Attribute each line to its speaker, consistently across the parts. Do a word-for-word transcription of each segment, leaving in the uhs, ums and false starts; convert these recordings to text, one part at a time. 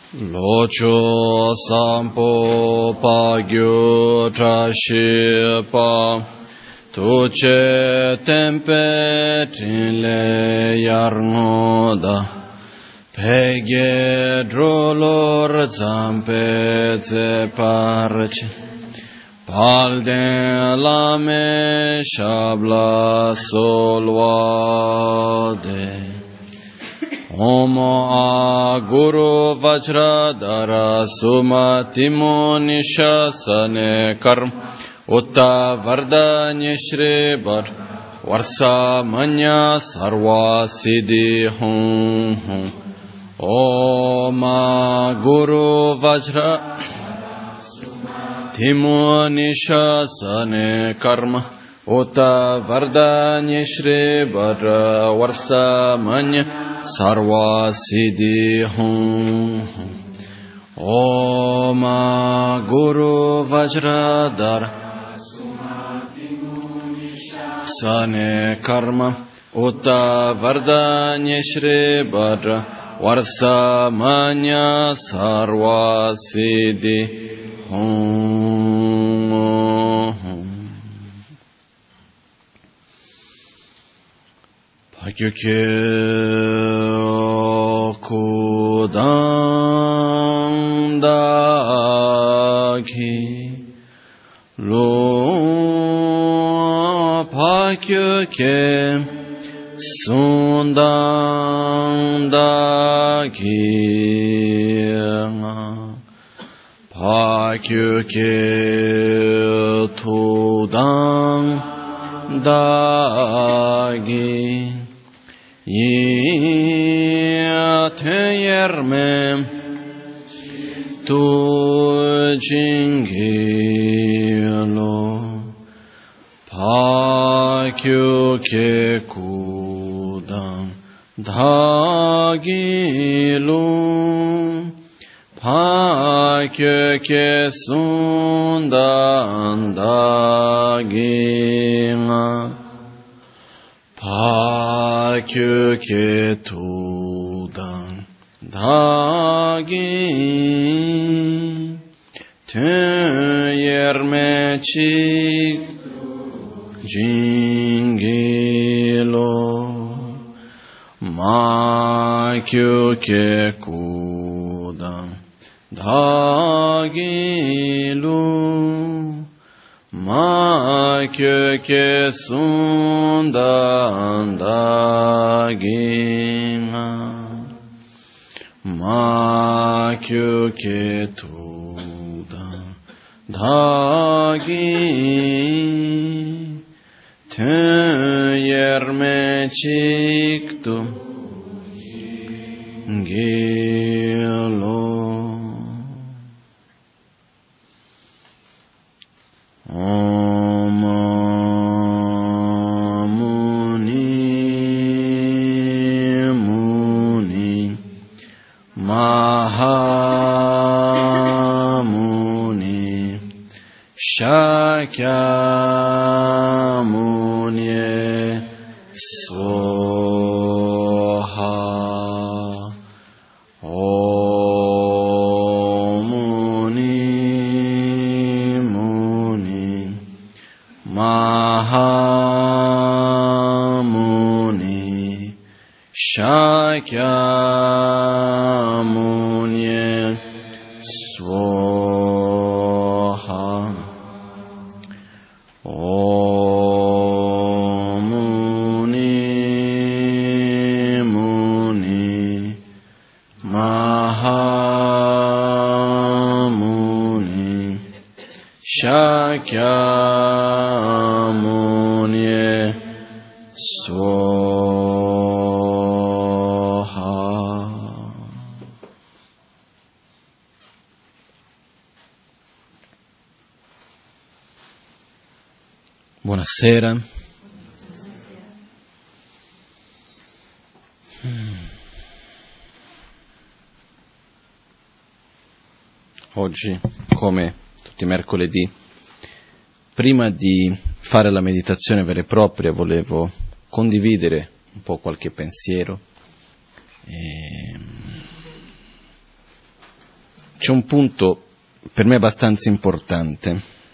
Speaker 1: Locho sampo pagyo trashi pa tuche tempe trile yarnoda peghe drolor zampe ze parche palde lame shabla solvade Omo a Guru Vajradhara Sumatimo Nishasane Karm Utta Vardanya Shribar Varsa Manya Sarva Siddhi Hum Hum Om a Guru Vajra Timo Nishasane Karma Utta Vardanya Shribar Varsa Manya Sarva Siddhi Hum Om Guru Vajradhara Sane Karma Utta Vardanya Shri Bhadra Varsa Manya Sarva Siddhi Hum Pakyukye kudandaki lo pakyukye sundandaki pakyukye tudandaki Yateyerme tu jingilo pakyuke kudam dhagilo pakyuke sundandagima Pakyuke tudam dhagi teyerme chik jingilo makyuke kudam dhagilo Makyuke sundandagina Makyuke tudandagi Teyerme chiktu gilo Om Muni Muni Mahamuni Shakyamuni Swaha Mahamuni Shakyamuni Swaha Om Muni Muni Mahamuni Shakyamuni Swaha. Buonasera. Oggi, come tutti i mercoledì, prima di fare la meditazione vera e propria, volevo condividere un po' qualche pensiero e c'è un punto per me abbastanza importante.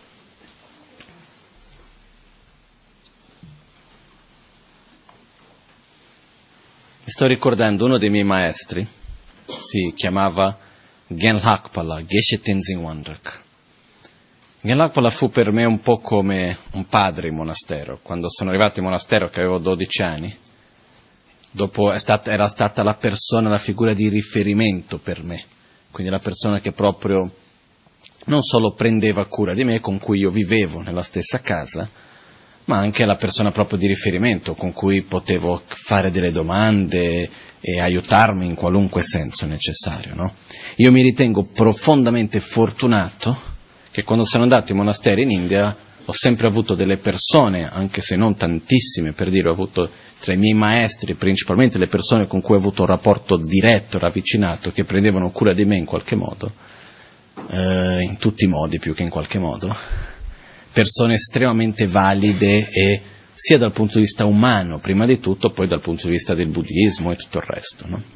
Speaker 1: Mi sto ricordando uno dei miei maestri, si chiamava Genlakpala, Geshe Tenzin Wanrak. Genlakpala fu per me un po' come un padre in monastero. Quando sono arrivato in monastero, che avevo dodici anni, dopo è stata, era stata la persona, la figura di riferimento per me, quindi la persona che proprio non solo prendeva cura di me, con cui io vivevo nella stessa casa, ma anche la persona proprio di riferimento, con cui potevo fare delle domande e aiutarmi in qualunque senso necessario, no? Io mi ritengo profondamente fortunato che quando sono andato in monasteri in India ho sempre avuto delle persone, anche se non tantissime, per dire, ho avuto tra i miei maestri, principalmente le persone con cui ho avuto un rapporto diretto, ravvicinato, che prendevano cura di me in qualche modo, eh, in tutti i modi più che in qualche modo, persone estremamente valide, e sia dal punto di vista umano, prima di tutto, poi dal punto di vista del buddismo e tutto il resto, no?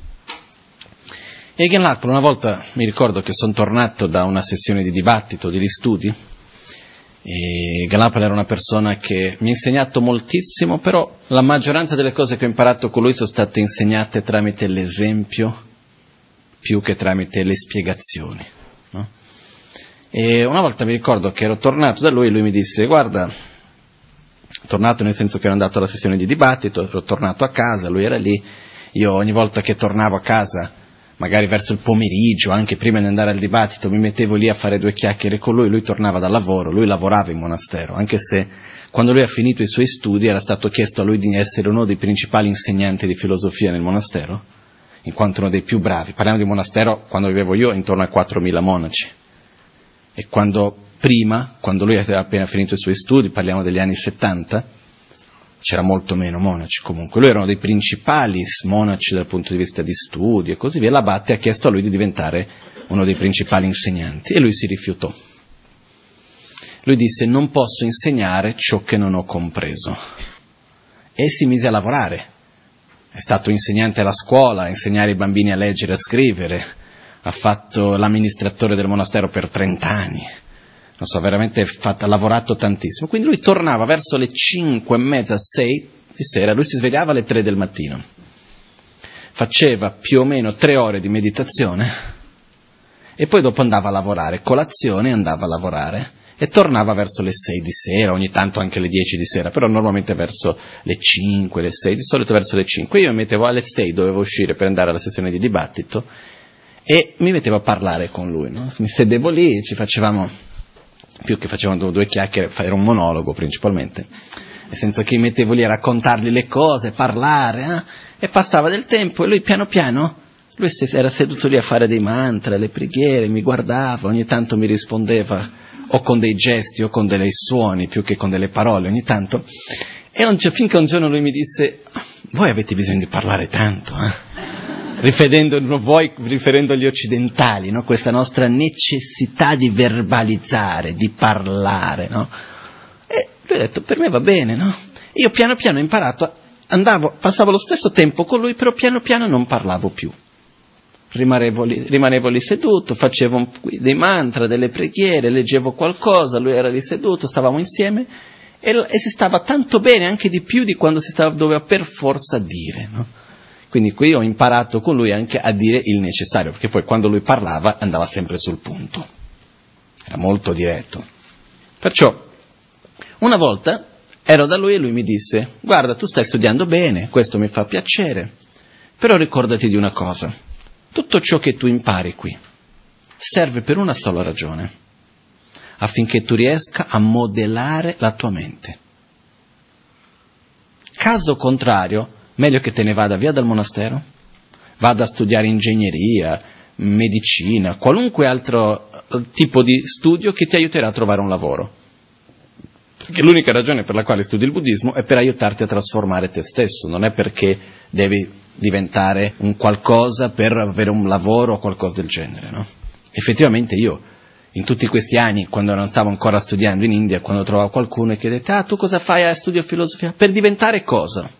Speaker 1: E Genlakpala, una volta mi ricordo che sono tornato da una sessione di dibattito, degli studi, e Genlakpala era una persona che mi ha insegnato moltissimo, però la maggioranza delle cose che ho imparato con lui sono state insegnate tramite l'esempio più che tramite le spiegazioni, no? E una volta mi ricordo che ero tornato da lui e lui mi disse: guarda, tornato nel senso che ero andato alla sessione di dibattito, ero tornato a casa, lui era lì, io ogni volta che tornavo a casa, magari verso il pomeriggio, anche prima di andare al dibattito, mi mettevo lì a fare due chiacchiere con lui, lui tornava dal lavoro, lui lavorava in monastero, anche se quando lui ha finito i suoi studi era stato chiesto a lui di essere uno dei principali insegnanti di filosofia nel monastero, in quanto uno dei più bravi. Parliamo di monastero, quando vivevo io, intorno a quattromila monaci, e quando prima, quando lui aveva appena finito i suoi studi, parliamo degli anni settanta, c'era molto meno monaci comunque. Lui era uno dei principali monaci dal punto di vista di studi e così via. L'abate ha chiesto a lui di diventare uno dei principali insegnanti e lui si rifiutò. Lui disse: non posso insegnare ciò che non ho compreso, e si mise a lavorare. È stato insegnante alla scuola, a insegnare i bambini a leggere e a scrivere, ha fatto l'amministratore del monastero per trent'anni. Non so, veramente fatto, ha lavorato tantissimo. Quindi lui tornava verso le cinque e mezza, sei di sera, lui si svegliava alle tre del mattino, faceva più o meno tre ore di meditazione e poi dopo andava a lavorare, colazione, andava a lavorare e tornava verso le sei di sera, ogni tanto anche le dieci di sera, però normalmente verso le cinque, le sei, di solito verso le cinque. Io mi mettevo alle sei, dovevo uscire per andare alla sessione di dibattito e mi mettevo a parlare con lui, no? Mi sedevo lì, ci facevamo... più che facevano due chiacchiere, era un monologo principalmente, nel senso che mi mettevo lì a raccontargli le cose, parlare, eh? E passava del tempo e lui piano piano, lui era seduto lì a fare dei mantra, le preghiere, mi guardava, ogni tanto mi rispondeva o con dei gesti o con dei suoni più che con delle parole ogni tanto, e un, finché un giorno lui mi disse: voi avete bisogno di parlare tanto, eh? Riferendo, voi, riferendo agli occidentali, no? Questa nostra necessità di verbalizzare, di parlare, no? E lui ha detto: per me va bene, no? Io piano piano ho imparato, andavo, passavo lo stesso tempo con lui, però piano piano non parlavo più. Rimanevo lì, rimanevo lì seduto, facevo dei mantra, delle preghiere, leggevo qualcosa, lui era lì seduto, stavamo insieme e, e si stava tanto bene, anche di più di quando si stava, doveva per forza dire, no? Quindi qui ho imparato con lui anche a dire il necessario, perché poi quando lui parlava andava sempre sul punto, era molto diretto. Perciò una volta ero da lui e lui mi disse: guarda, tu stai studiando bene, questo mi fa piacere, però ricordati di una cosa: tutto ciò che tu impari qui serve per una sola ragione, affinché tu riesca a modellare la tua mente. Caso contrario, meglio che te ne vada via dal monastero, vada a studiare ingegneria, medicina, qualunque altro tipo di studio che ti aiuterà a trovare un lavoro. Perché l'unica ragione per la quale studi il buddismo è per aiutarti a trasformare te stesso, non è perché devi diventare un qualcosa per avere un lavoro o qualcosa del genere, no? Effettivamente io, in tutti questi anni, quando non stavo ancora studiando in India, quando trovavo qualcuno e chiedete: ah, tu cosa fai a studio filosofia? Per diventare cosa?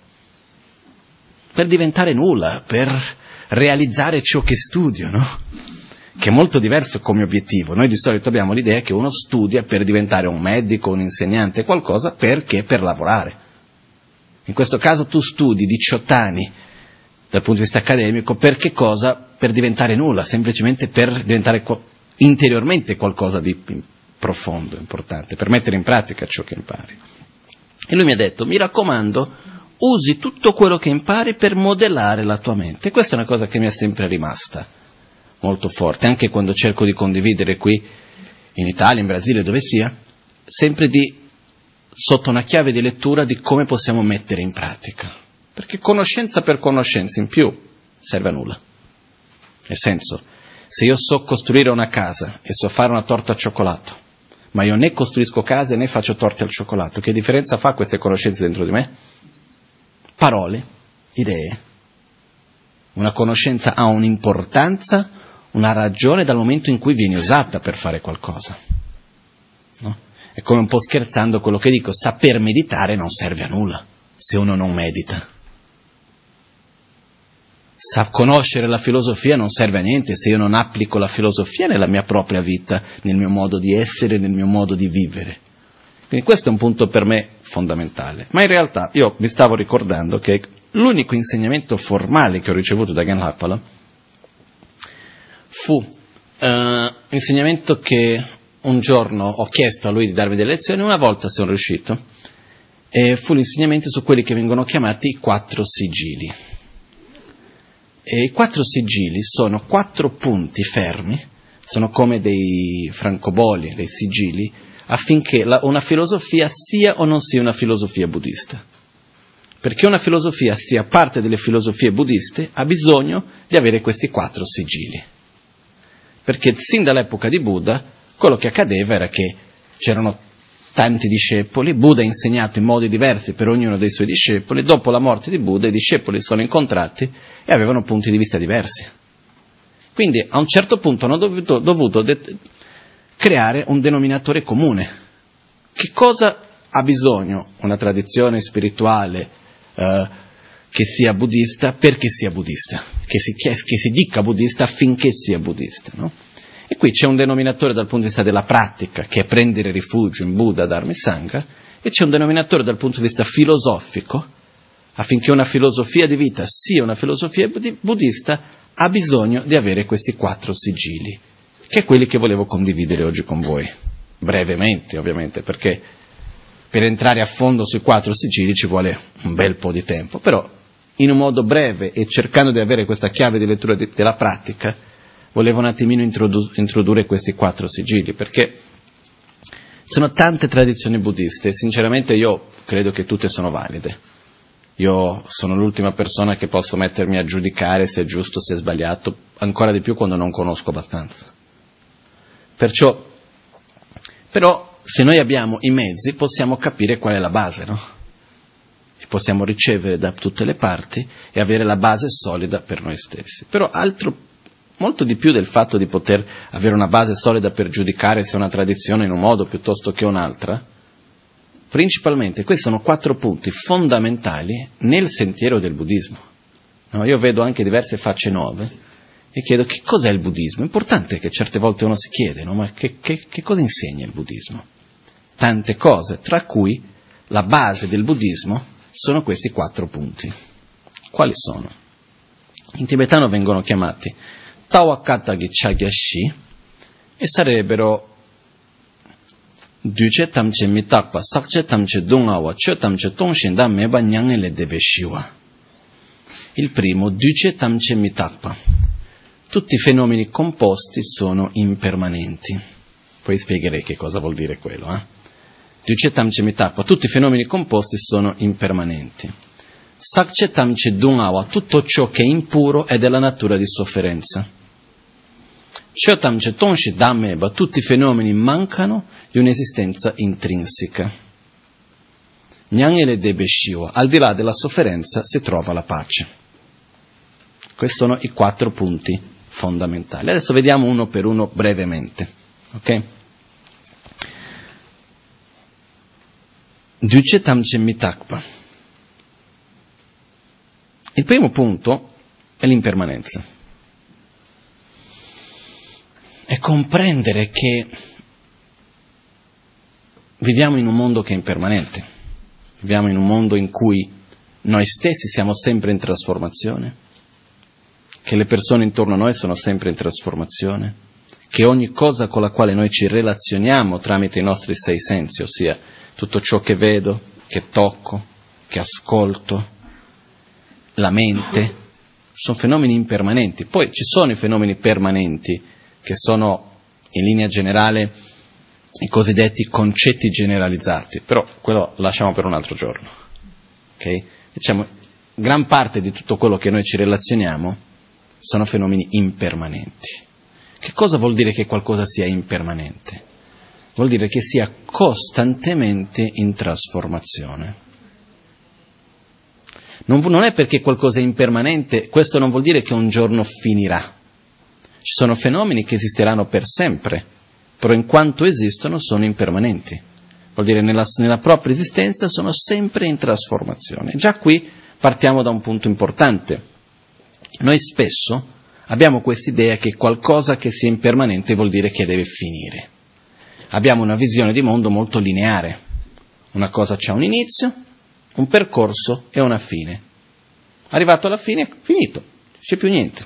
Speaker 1: Per diventare nulla, per realizzare ciò che studio, no? che è molto diverso come obiettivo. Noi di solito abbiamo l'idea che uno studia per diventare un medico, un insegnante, qualcosa perché per lavorare. In questo caso tu studi diciotto anni dal punto di vista accademico per che cosa? Per diventare nulla, semplicemente per diventare co- interiormente qualcosa di profondo, importante, per mettere in pratica ciò che impari. E lui mi ha detto, mi raccomando, usi tutto quello che impari per modellare la tua mente. E questa è una cosa che mi è sempre rimasta molto forte, anche quando cerco di condividere qui in Italia, in Brasile, dove sia, sempre di, sotto una chiave di lettura di come possiamo mettere in pratica. Perché conoscenza per conoscenza in più serve a nulla. Nel senso, se io so costruire una casa e so fare una torta al cioccolato, ma io né costruisco case né faccio torte al cioccolato, che differenza fa queste conoscenze dentro di me? Parole, idee. Una conoscenza ha un'importanza, una ragione dal momento in cui viene usata per fare qualcosa. No? È come un po' scherzando quello che dico, saper meditare non serve a nulla se uno non medita. Sa conoscere la filosofia non serve a niente se io non applico la filosofia nella mia propria vita, nel mio modo di essere, nel mio modo di vivere. Quindi questo è un punto per me fondamentale. Ma in realtà io mi stavo ricordando che l'unico insegnamento formale che ho ricevuto da Genghis Khan fu uh, l'insegnamento che un giorno ho chiesto a lui di darmi delle lezioni, una volta sono riuscito, e fu l'insegnamento su quelli che vengono chiamati i quattro sigilli. E i quattro sigilli sono quattro punti fermi, sono come dei francobolli, dei sigilli, affinché la, una filosofia sia o non sia una filosofia buddista. Perché una filosofia sia parte delle filosofie buddiste ha bisogno di avere questi quattro sigilli. Perché sin dall'epoca di Buddha quello che accadeva era che c'erano tanti discepoli, Buddha ha insegnato in modi diversi per ognuno dei suoi discepoli, dopo la morte di Buddha i discepoli sono incontrati e avevano punti di vista diversi. Quindi a un certo punto hanno dovuto, dovuto de- creare un denominatore comune. Che cosa ha bisogno una tradizione spirituale eh, che sia buddista perché sia buddista, che si, che si dica buddista affinché sia buddista, no? E qui c'è un denominatore dal punto di vista della pratica, che è prendere rifugio in Buddha, Dharma e Sangha, e c'è un denominatore dal punto di vista filosofico, affinché una filosofia di vita sia una filosofia buddista, ha bisogno di avere questi quattro sigilli, che è quelli che volevo condividere oggi con voi, brevemente ovviamente, perché per entrare a fondo sui quattro sigilli ci vuole un bel po' di tempo, però in un modo breve e cercando di avere questa chiave di lettura di, della pratica, volevo un attimino introdu- introdurre questi quattro sigilli, perché ci sono tante tradizioni buddiste e sinceramente io credo che tutte sono valide. Io sono l'ultima persona che posso mettermi a giudicare se è giusto, se è sbagliato, ancora di più quando non conosco abbastanza. Perciò, però, se noi abbiamo i mezzi possiamo capire qual è la base, no? E possiamo ricevere da tutte le parti e avere la base solida per noi stessi. Però altro, molto di più del fatto di poter avere una base solida per giudicare se una tradizione in un modo piuttosto che un'altra, principalmente questi sono quattro punti fondamentali nel sentiero del buddismo. No, io vedo anche diverse facce nuove e chiedo che cos'è il buddismo. È importante che certe volte uno si chiede, no? Ma che, che, che cosa insegna il buddismo? Tante cose, tra cui la base del buddismo sono questi quattro punti. Quali sono? In tibetano vengono chiamati Tawakata Gichagyashi e sarebbero Duce tamche mitakpa, sakche tamche dungawa, che tamche tongshinda meba nyangele debeshiwa. Il primo, duce tamche mitakpa. Tutti i fenomeni composti sono impermanenti. Poi spiegherei che cosa vuol dire quello. Eh? Duce tamche mitakpa. Tutti i fenomeni composti sono impermanenti. Sakche tamche dungawa. Tutto ciò che è impuro è della natura di sofferenza. Chotam Chetonshi Dhammeba, tutti i fenomeni mancano di un'esistenza intrinseca. Nyangele Debeshiwa, al di là della sofferenza si trova la pace. Questi sono i quattro punti fondamentali. Adesso vediamo uno per uno brevemente. Ok? Duce Tamche Mitakpa. Il primo punto è l'impermanenza. è comprendere che viviamo in un mondo che è impermanente, viviamo in un mondo in cui noi stessi siamo sempre in trasformazione, che le persone intorno a noi sono sempre in trasformazione, che ogni cosa con la quale noi ci relazioniamo tramite i nostri sei sensi, ossia tutto ciò che vedo, che tocco, che ascolto, la mente, sono fenomeni impermanenti. Poi ci sono i fenomeni permanenti, che sono in linea generale i cosiddetti concetti generalizzati, però quello lasciamo per un altro giorno. Okay? Diciamo, gran parte di tutto quello che noi ci relazioniamo sono fenomeni impermanenti. Che cosa vuol dire che qualcosa sia impermanente? Vuol dire che sia costantemente in trasformazione. Non, non è perché qualcosa è impermanente, questo non vuol dire che un giorno finirà. Ci sono fenomeni che esisteranno per sempre, però in quanto esistono sono impermanenti. Vuol dire nella, nella propria esistenza sono sempre in trasformazione. Già qui partiamo da un punto importante. Noi spesso abbiamo quest'idea che qualcosa che sia impermanente vuol dire che deve finire. Abbiamo una visione di mondo molto lineare. Una cosa c'ha un inizio, un percorso e una fine. Arrivato alla fine, finito, non c'è più niente.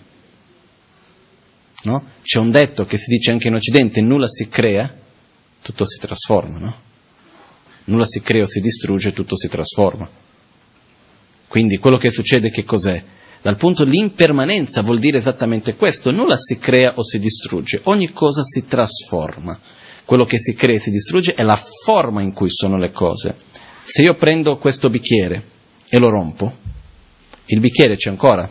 Speaker 1: No? C'è un detto che si dice anche in Occidente: nulla si crea, tutto si trasforma, no? Nulla si crea o si distrugge, tutto si trasforma. Quindi quello che succede che cos'è? Dal punto l'impermanenza vuol dire esattamente questo: nulla si crea o si distrugge, ogni cosa si trasforma. Quello che si crea e si distrugge è la forma in cui sono le cose. Se io prendo questo bicchiere e lo rompo, il bicchiere c'è ancora?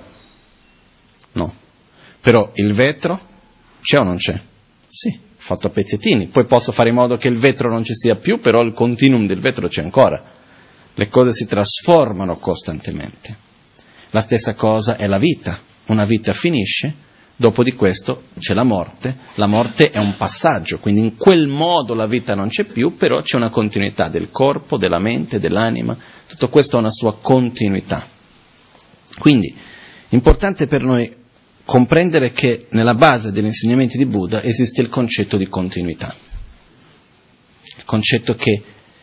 Speaker 1: No. Però il vetro c'è o non c'è? Sì, fatto a pezzettini. Poi posso fare in modo che il vetro non ci sia più, però il continuum del vetro c'è ancora. Le cose si trasformano costantemente. La stessa cosa è la vita. Una vita finisce, dopo di questo c'è la morte. La morte è un passaggio, quindi in quel modo la vita non c'è più, però c'è una continuità del corpo, della mente, dell'anima. Tutto questo ha una sua continuità. Quindi, importante per noi comprendere che nella base degli insegnamenti di Buddha esiste il concetto di continuità. Il concetto che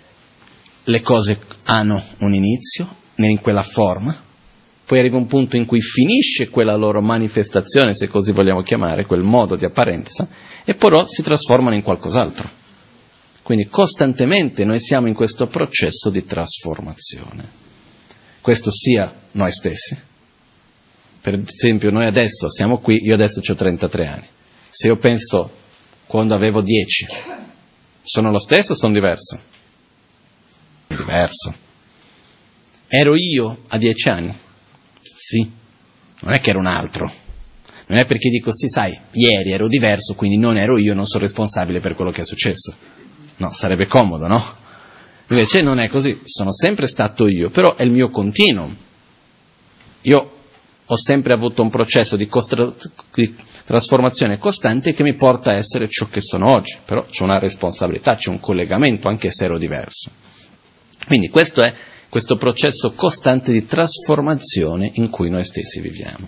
Speaker 1: le cose hanno un inizio, in quella forma, poi arriva un punto in cui finisce quella loro manifestazione, se così vogliamo chiamare, quel modo di apparenza, e però si trasformano in qualcos'altro. Quindi costantemente noi siamo in questo processo di trasformazione. Questo sia noi stessi. Per esempio noi adesso siamo qui, io adesso ho trentatré anni. Se io penso quando avevo dieci, sono lo stesso o sono diverso? Diverso. Ero io a dieci anni? Sì. Non è che ero un altro. Non è perché dico sì, sai, ieri ero diverso, quindi non ero io, non sono responsabile per quello che è successo. No, sarebbe comodo, no? Invece non è così, sono sempre stato io, però è il mio continuum. Io ho sempre avuto un processo di, costra- di trasformazione costante che mi porta a essere ciò che sono oggi, però c'è una responsabilità, c'è un collegamento anche se ero diverso. Quindi questo è questo processo costante di trasformazione in cui noi stessi viviamo.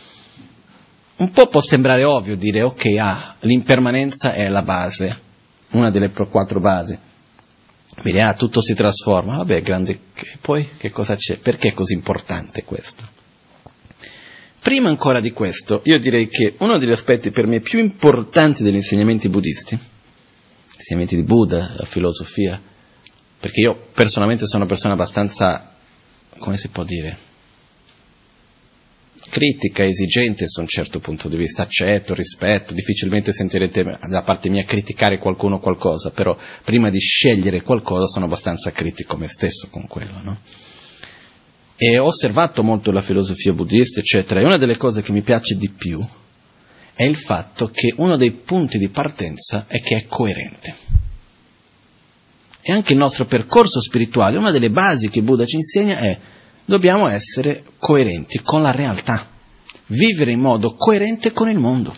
Speaker 1: Un po' può sembrare ovvio dire ok, ah, l'impermanenza è la base, una delle quattro basi. Dire, ah, tutto si trasforma, vabbè, grande, che, poi che cosa c'è? Perché è così importante questo? Prima ancora di questo, io direi che uno degli aspetti per me più importanti degli insegnamenti buddisti, gli insegnamenti di Buddha, la filosofia, perché io personalmente sono una persona abbastanza, come si può dire, critica, esigente su un certo punto di vista, accetto, rispetto, difficilmente sentirete da parte mia criticare qualcuno o qualcosa, però prima di scegliere qualcosa sono abbastanza critico me stesso con quello, no? E ho osservato molto la filosofia buddista, eccetera, e una delle cose che mi piace di più è il fatto che uno dei punti di partenza è che è coerente. E anche il nostro percorso spirituale, una delle basi che Buddha ci insegna è dobbiamo essere coerenti con la realtà, vivere in modo coerente con il mondo.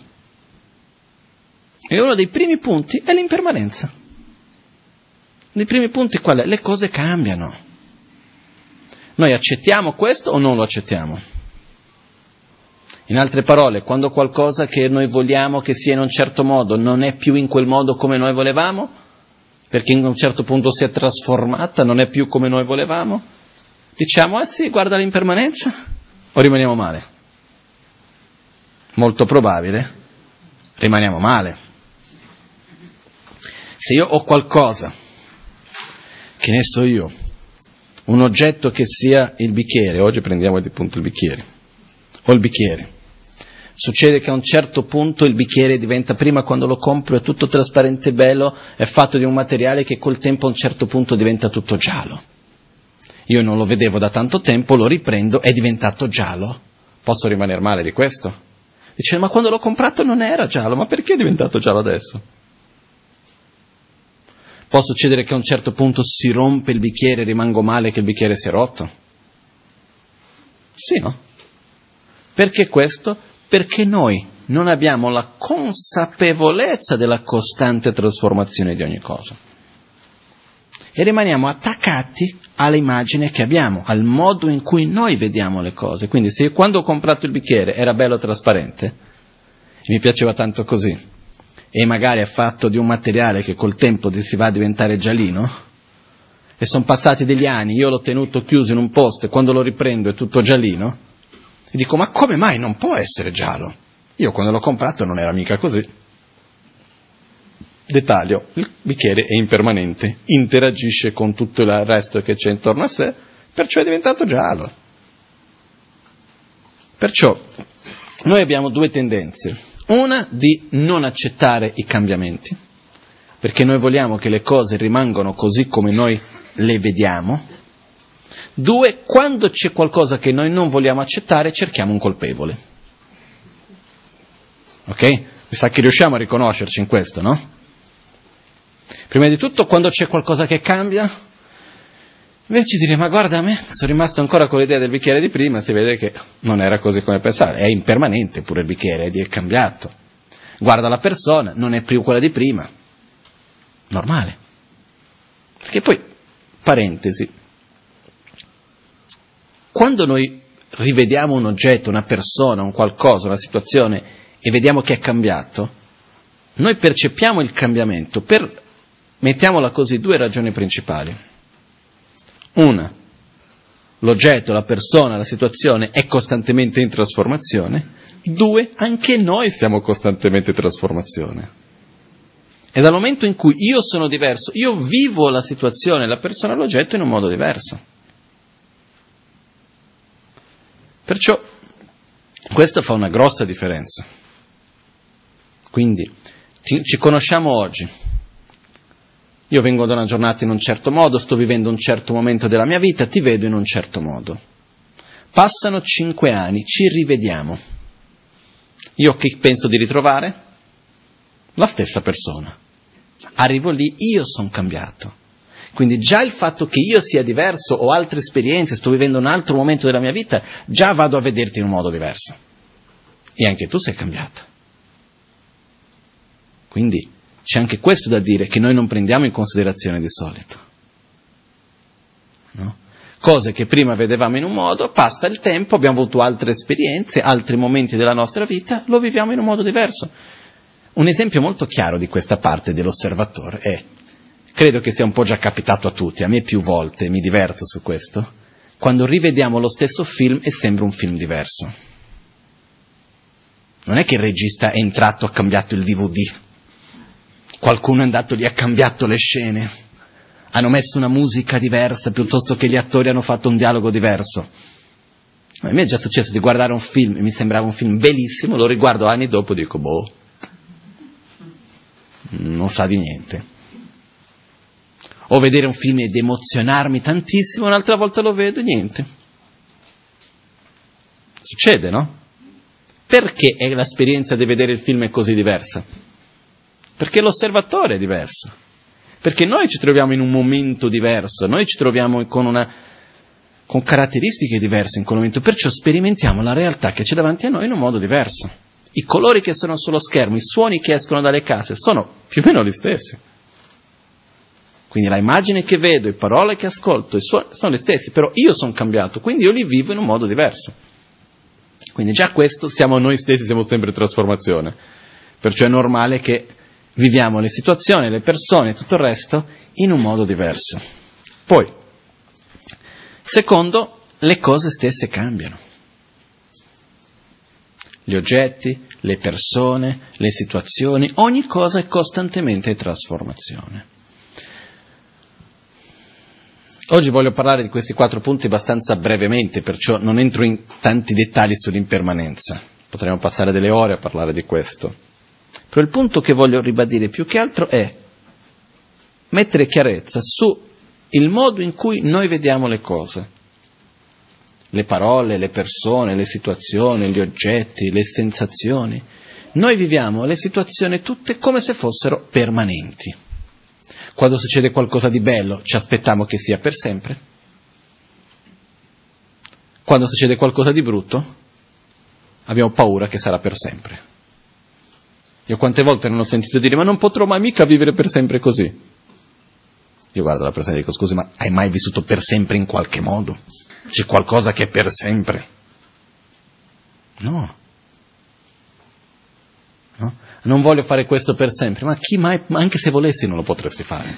Speaker 1: E uno dei primi punti è l'impermanenza. Uno dei primi punti qual è? Le cose cambiano. Noi accettiamo questo o non lo accettiamo? In altre parole, quando qualcosa che noi vogliamo che sia in un certo modo non è più in quel modo come noi volevamo, perché in un certo punto si è trasformata, non è più come noi volevamo, diciamo, eh sì, guarda l'impermanenza, o rimaniamo male? Molto probabile, rimaniamo male. Se io ho qualcosa, che ne so io, un oggetto che sia il bicchiere, oggi prendiamo appunto il bicchiere, o il bicchiere, succede che a un certo punto il bicchiere diventa, prima quando lo compro è tutto trasparente e bello, è fatto di un materiale che col tempo a un certo punto diventa tutto giallo. Io non lo vedevo da tanto tempo, lo riprendo, è diventato giallo. Posso rimanere male di questo? Dice, ma quando l'ho comprato non era giallo, ma perché è diventato giallo adesso? Può succedere che a un certo punto si rompe il bicchiere e rimango male che il bicchiere si è rotto? Sì, no? Perché questo? Perché noi non abbiamo la consapevolezza della costante trasformazione di ogni cosa. E rimaniamo attaccati all'immagine che abbiamo, al modo in cui noi vediamo le cose. Quindi se quando ho comprato il bicchiere era bello trasparente, e mi piaceva tanto così, e magari è fatto di un materiale che col tempo si va a diventare giallino, e sono passati degli anni, io l'ho tenuto chiuso in un posto e quando lo riprendo è tutto giallino, e dico, ma come mai non può essere giallo? Io quando l'ho comprato non era mica così. Dettaglio, il bicchiere è impermanente, interagisce con tutto il resto che c'è intorno a sé, perciò è diventato giallo. Perciò noi abbiamo due tendenze. Una di non accettare i cambiamenti, perché noi vogliamo che le cose rimangano così come noi le vediamo. Due, quando c'è qualcosa che noi non vogliamo accettare, cerchiamo un colpevole. Ok? Mi sa che riusciamo a riconoscerci in questo, no? Prima di tutto, quando c'è qualcosa che cambia, invece di dire, ma guarda a me, sono rimasto ancora con l'idea del bicchiere di prima, si vede che non era così come pensare, è impermanente pure il bicchiere, è cambiato. Guarda la persona, non è più quella di prima. Normale. Perché poi, parentesi, quando noi rivediamo un oggetto, una persona, un qualcosa, una situazione e vediamo che è cambiato, noi percepiamo il cambiamento per, mettiamola così, due ragioni principali. Una, l'oggetto, la persona, la situazione è costantemente in trasformazione. Due, anche noi siamo costantemente in trasformazione. E dal momento in cui io sono diverso, io vivo la situazione, la persona, l'oggetto in un modo diverso. Perciò questo fa una grossa differenza. Quindi ci, ci conosciamo oggi. Io vengo da una giornata in un certo modo, sto vivendo un certo momento della mia vita, ti vedo in un certo modo. Passano cinque anni, ci rivediamo. Io che penso di ritrovare? La stessa persona. Arrivo lì, io sono cambiato. Quindi già il fatto che io sia diverso, ho altre esperienze, sto vivendo un altro momento della mia vita, già vado a vederti in un modo diverso. E anche tu sei cambiata. Quindi c'è anche questo da dire che noi non prendiamo in considerazione di solito. No? Cose che prima vedevamo in un modo, passa il tempo, abbiamo avuto altre esperienze, altri momenti della nostra vita, lo viviamo in un modo diverso. Un esempio molto chiaro di questa parte dell'osservatore è, credo che sia un po' già capitato a tutti, a me più volte, mi diverto su questo, quando rivediamo lo stesso film e sembra un film diverso. Non è che il regista è entrato e ha cambiato il D V D, qualcuno è andato lì e ha cambiato le scene, hanno messo una musica diversa piuttosto che gli attori hanno fatto un dialogo diverso. A me è già successo di guardare un film e mi sembrava un film bellissimo, lo riguardo anni dopo e dico, boh, non sa di niente. O vedere un film ed emozionarmi tantissimo, un'altra volta lo vedo e niente. Succede, no? Perché è l'esperienza di vedere il film è così diversa? Perché l'osservatore è diverso. Perché noi ci troviamo in un momento diverso, noi ci troviamo con, una, con caratteristiche diverse in quel momento, perciò sperimentiamo la realtà che c'è davanti a noi in un modo diverso. I colori che sono sullo schermo, i suoni che escono dalle case sono più o meno gli stessi. Quindi la immagine che vedo, le parole che ascolto, i suoni sono le stesse, però io sono cambiato, quindi io li vivo in un modo diverso. Quindi già questo, siamo noi stessi, siamo sempre in trasformazione. Perciò è normale che viviamo le situazioni, le persone e tutto il resto in un modo diverso. Poi, secondo, le cose stesse cambiano. Gli oggetti, le persone, le situazioni, ogni cosa è costantemente in trasformazione. Oggi voglio parlare di questi quattro punti abbastanza brevemente, perciò non entro in tanti dettagli sull'impermanenza. Potremmo passare delle ore a parlare di questo. Però il punto che voglio ribadire più che altro è mettere chiarezza su il modo in cui noi vediamo le cose. Le parole, le persone, le situazioni, gli oggetti, le sensazioni. Noi viviamo le situazioni tutte come se fossero permanenti. Quando succede qualcosa di bello, ci aspettiamo che sia per sempre. Quando succede qualcosa di brutto, abbiamo paura che sarà per sempre. Io quante volte non ho sentito dire, ma non potrò mai mica vivere per sempre così. Io guardo la persona e dico, scusi, ma hai mai vissuto per sempre in qualche modo? C'è qualcosa che è per sempre? No. No? Non voglio fare questo per sempre, ma chi mai, anche se volessi non lo potresti fare.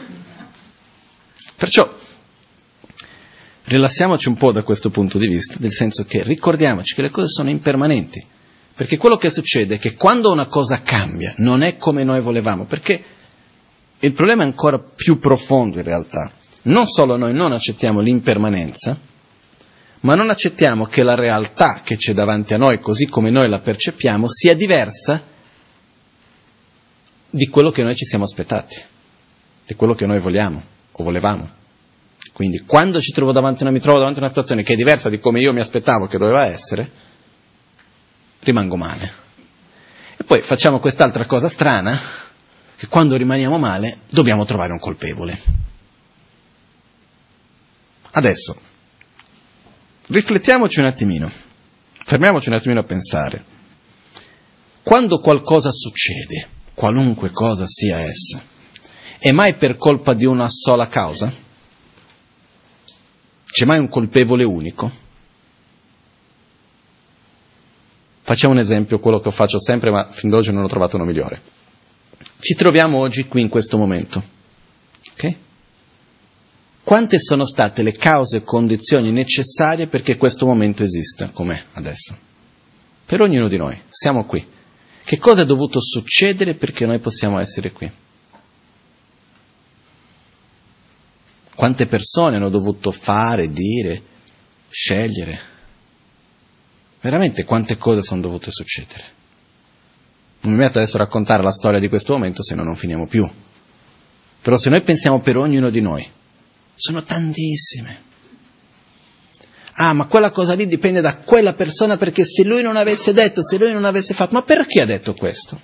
Speaker 1: Perciò, rilassiamoci un po' da questo punto di vista, nel senso che ricordiamoci che le cose sono impermanenti, perché quello che succede è che quando una cosa cambia, non è come noi volevamo, perché il problema è ancora più profondo in realtà. Non solo noi non accettiamo l'impermanenza, ma non accettiamo che la realtà che c'è davanti a noi, così come noi la percepiamo, sia diversa di quello che noi ci siamo aspettati, di quello che noi vogliamo o volevamo. Quindi quando ci trovo davanti una, mi trovo davanti a una situazione che è diversa di come io mi aspettavo che doveva essere, rimango male. E poi facciamo quest'altra cosa strana, che quando rimaniamo male dobbiamo trovare un colpevole. Adesso, riflettiamoci un attimino, fermiamoci un attimino a pensare. Quando qualcosa succede, qualunque cosa sia essa, è mai per colpa di una sola causa? C'è mai un colpevole unico? Facciamo un esempio, quello che faccio sempre, ma fin d'oggi non ho trovato uno migliore. Ci troviamo oggi qui in questo momento, ok? Quante sono state le cause e condizioni necessarie perché questo momento esista, com'è adesso? Per ognuno di noi, siamo qui. Che cosa è dovuto succedere perché noi possiamo essere qui? Quante persone hanno dovuto fare, dire, scegliere? Veramente quante cose sono dovute succedere? Non mi metto adesso a raccontare la storia di questo momento, se no non finiamo più. Però se noi pensiamo per ognuno di noi, sono tantissime. Ah, ma quella cosa lì dipende da quella persona perché se lui non avesse detto, se lui non avesse fatto, ma perché ha detto questo?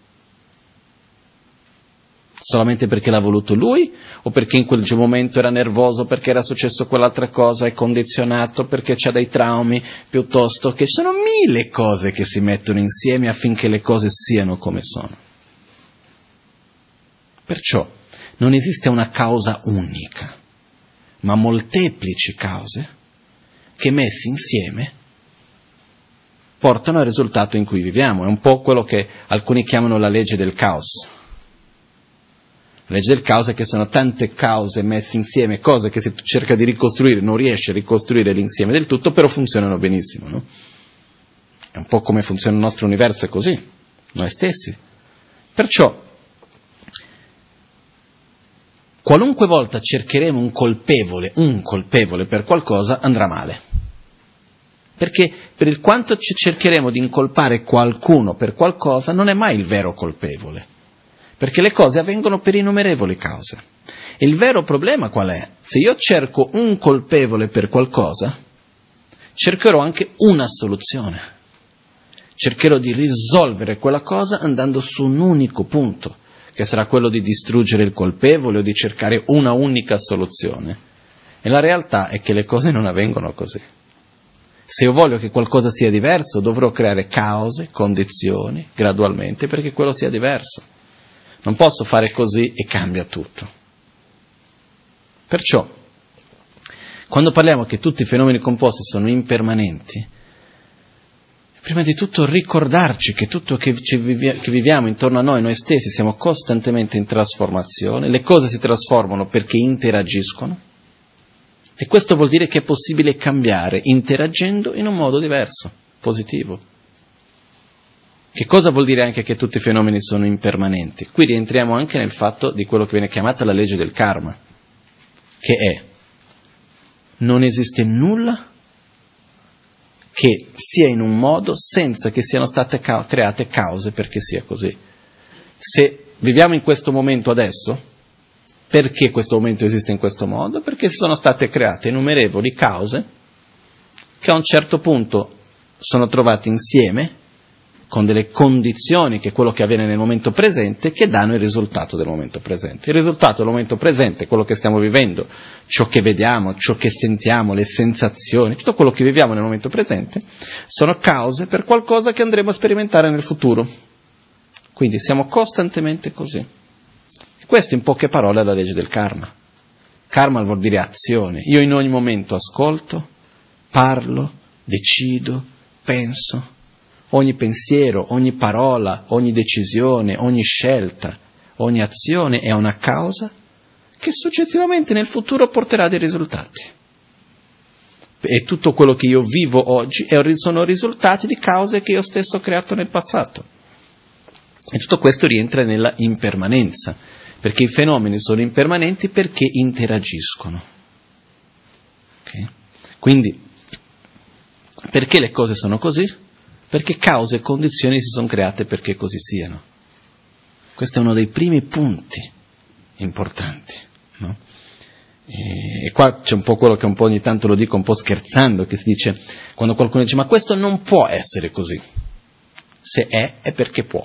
Speaker 1: Solamente perché l'ha voluto lui? O perché in quel momento era nervoso, perché era successo quell'altra cosa, è condizionato, perché c'ha dei traumi, piuttosto che ci sono mille cose che si mettono insieme affinché le cose siano come sono. Perciò non esiste una causa unica, ma molteplici cause che messi insieme portano al risultato in cui viviamo. È un po' quello che alcuni chiamano la legge del caos. La legge del caos è che sono tante cause messe insieme, cose che se tu cerca di ricostruire non riesci a ricostruire l'insieme del tutto, però funzionano benissimo, no? È un po' come funziona il nostro universo, è così, noi stessi. Perciò, qualunque volta cercheremo un colpevole, un colpevole per qualcosa, andrà male. Perché per il quanto ci cercheremo di incolpare qualcuno per qualcosa, non è mai il vero colpevole. Perché le cose avvengono per innumerevoli cause. E il vero problema qual è? Se io cerco un colpevole per qualcosa, cercherò anche una soluzione. Cercherò di risolvere quella cosa andando su un unico punto, che sarà quello di distruggere il colpevole o di cercare una unica soluzione. E la realtà è che le cose non avvengono così. Se io voglio che qualcosa sia diverso, dovrò creare cause, condizioni, gradualmente, perché quello sia diverso. Non posso fare così e cambia tutto. Perciò, quando parliamo che tutti i fenomeni composti sono impermanenti, Prima di tutto ricordarci che tutto che, ci vivi- che viviamo intorno a noi, noi stessi, siamo costantemente in trasformazione, le cose si trasformano perché interagiscono, e questo vuol dire che è possibile cambiare interagendo in un modo diverso, positivo. Che cosa vuol dire anche che tutti i fenomeni sono impermanenti? Qui rientriamo anche nel fatto di quello che viene chiamata la legge del karma, che è: non esiste nulla che sia in un modo senza che siano state ca- create cause perché sia così. Se viviamo in questo momento adesso, perché questo momento esiste in questo modo? Perché sono state create innumerevoli cause che a un certo punto sono trovate insieme con delle condizioni, che è quello che avviene nel momento presente, che danno il risultato del momento presente. Il risultato del momento presente è quello che stiamo vivendo, ciò che vediamo, ciò che sentiamo, le sensazioni, tutto quello che viviamo nel momento presente, sono cause per qualcosa che andremo a sperimentare nel futuro. Quindi siamo costantemente così. E questo in poche parole è la legge del karma. Karma vuol dire azione. Io in ogni momento ascolto, parlo, decido, penso. Ogni pensiero, ogni parola, ogni decisione, ogni scelta, ogni azione è una causa che successivamente nel futuro porterà dei risultati. E tutto quello che io vivo oggi sono risultati di cause che io stesso ho creato nel passato. E tutto questo rientra nella impermanenza, perché i fenomeni sono impermanenti perché interagiscono. Okay? Quindi, perché le cose sono così? Perché cause e condizioni si sono create perché così siano. Questo è uno dei primi punti importanti, no? E qua c'è un po' quello che un po' ogni tanto lo dico un po' scherzando, che si dice, quando qualcuno dice: ma questo non può essere così. Se è, è perché può.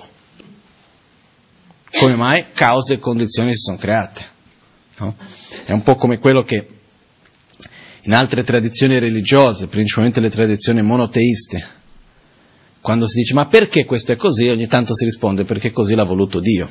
Speaker 1: Come mai? Cause e condizioni si sono create, no? È un po' come quello che in altre tradizioni religiose, principalmente le tradizioni monoteiste, quando si dice: ma perché questo è così? Ogni tanto si risponde: perché così l'ha voluto Dio.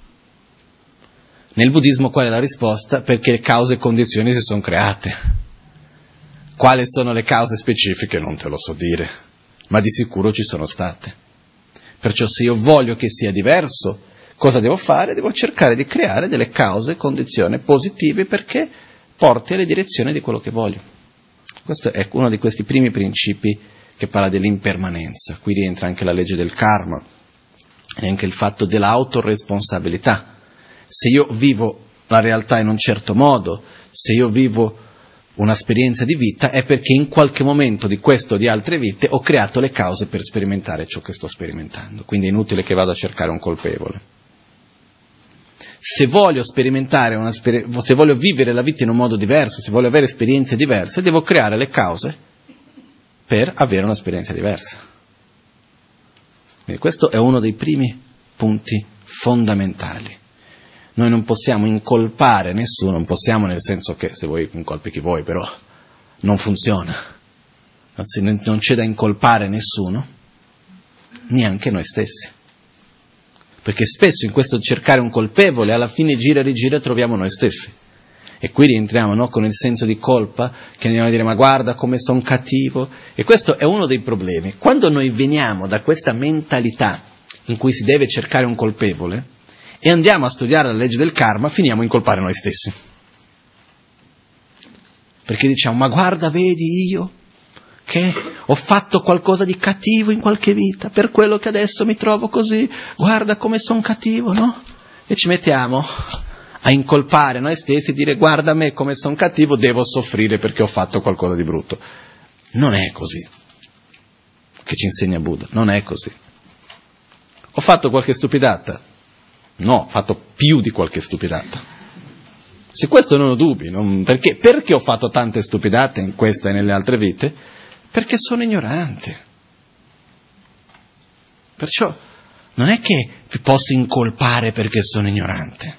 Speaker 1: Nel buddismo qual è la risposta? Perché cause e condizioni si sono create. Quali sono le cause specifiche? Non te lo so dire, ma di sicuro ci sono state. Perciò se io voglio che sia diverso, cosa devo fare? Devo cercare di creare delle cause e condizioni positive perché porti alle direzioni di quello che voglio. Questo è uno di questi primi principi che parla dell'impermanenza. Qui rientra anche la legge del karma e anche il fatto dell'autoresponsabilità. Se io vivo la realtà in un certo modo, se io vivo un'esperienza di vita, è perché in qualche momento di questo o di altre vite ho creato le cause per sperimentare ciò che sto sperimentando. Quindi è inutile che vada a cercare un colpevole. Se voglio sperimentare una sper- se voglio vivere la vita in un modo diverso, se voglio avere esperienze diverse, devo creare le cause per avere un'esperienza diversa. Quindi questo è uno dei primi punti fondamentali. Noi non possiamo incolpare nessuno, non possiamo nel senso che se vuoi incolpi chi vuoi, però non funziona. Non c'è da incolpare nessuno, neanche noi stessi. Perché spesso in questo cercare un colpevole, alla fine gira e rigira troviamo noi stessi. E qui rientriamo, no, con il senso di colpa, che andiamo a dire: ma guarda come sono cattivo. E questo è uno dei problemi. Quando noi veniamo da questa mentalità in cui si deve cercare un colpevole e andiamo a studiare la legge del karma, finiamo a incolpare noi stessi. Perché diciamo: ma guarda, vedi io che ho fatto qualcosa di cattivo in qualche vita, per quello che adesso mi trovo così, guarda come sono cattivo, no? E ci mettiamo a incolpare noi stessi e dire: guarda me come sono cattivo, devo soffrire perché ho fatto qualcosa di brutto. Non è così che ci insegna Buddha, non è così. Ho fatto qualche stupidata? No, ho fatto più di qualche stupidata. Se questo non ho dubbi, non, perché, perché ho fatto tante stupidate in questa e nelle altre vite? Perché sono ignorante. Perciò non è che vi posso incolpare perché sono ignorante.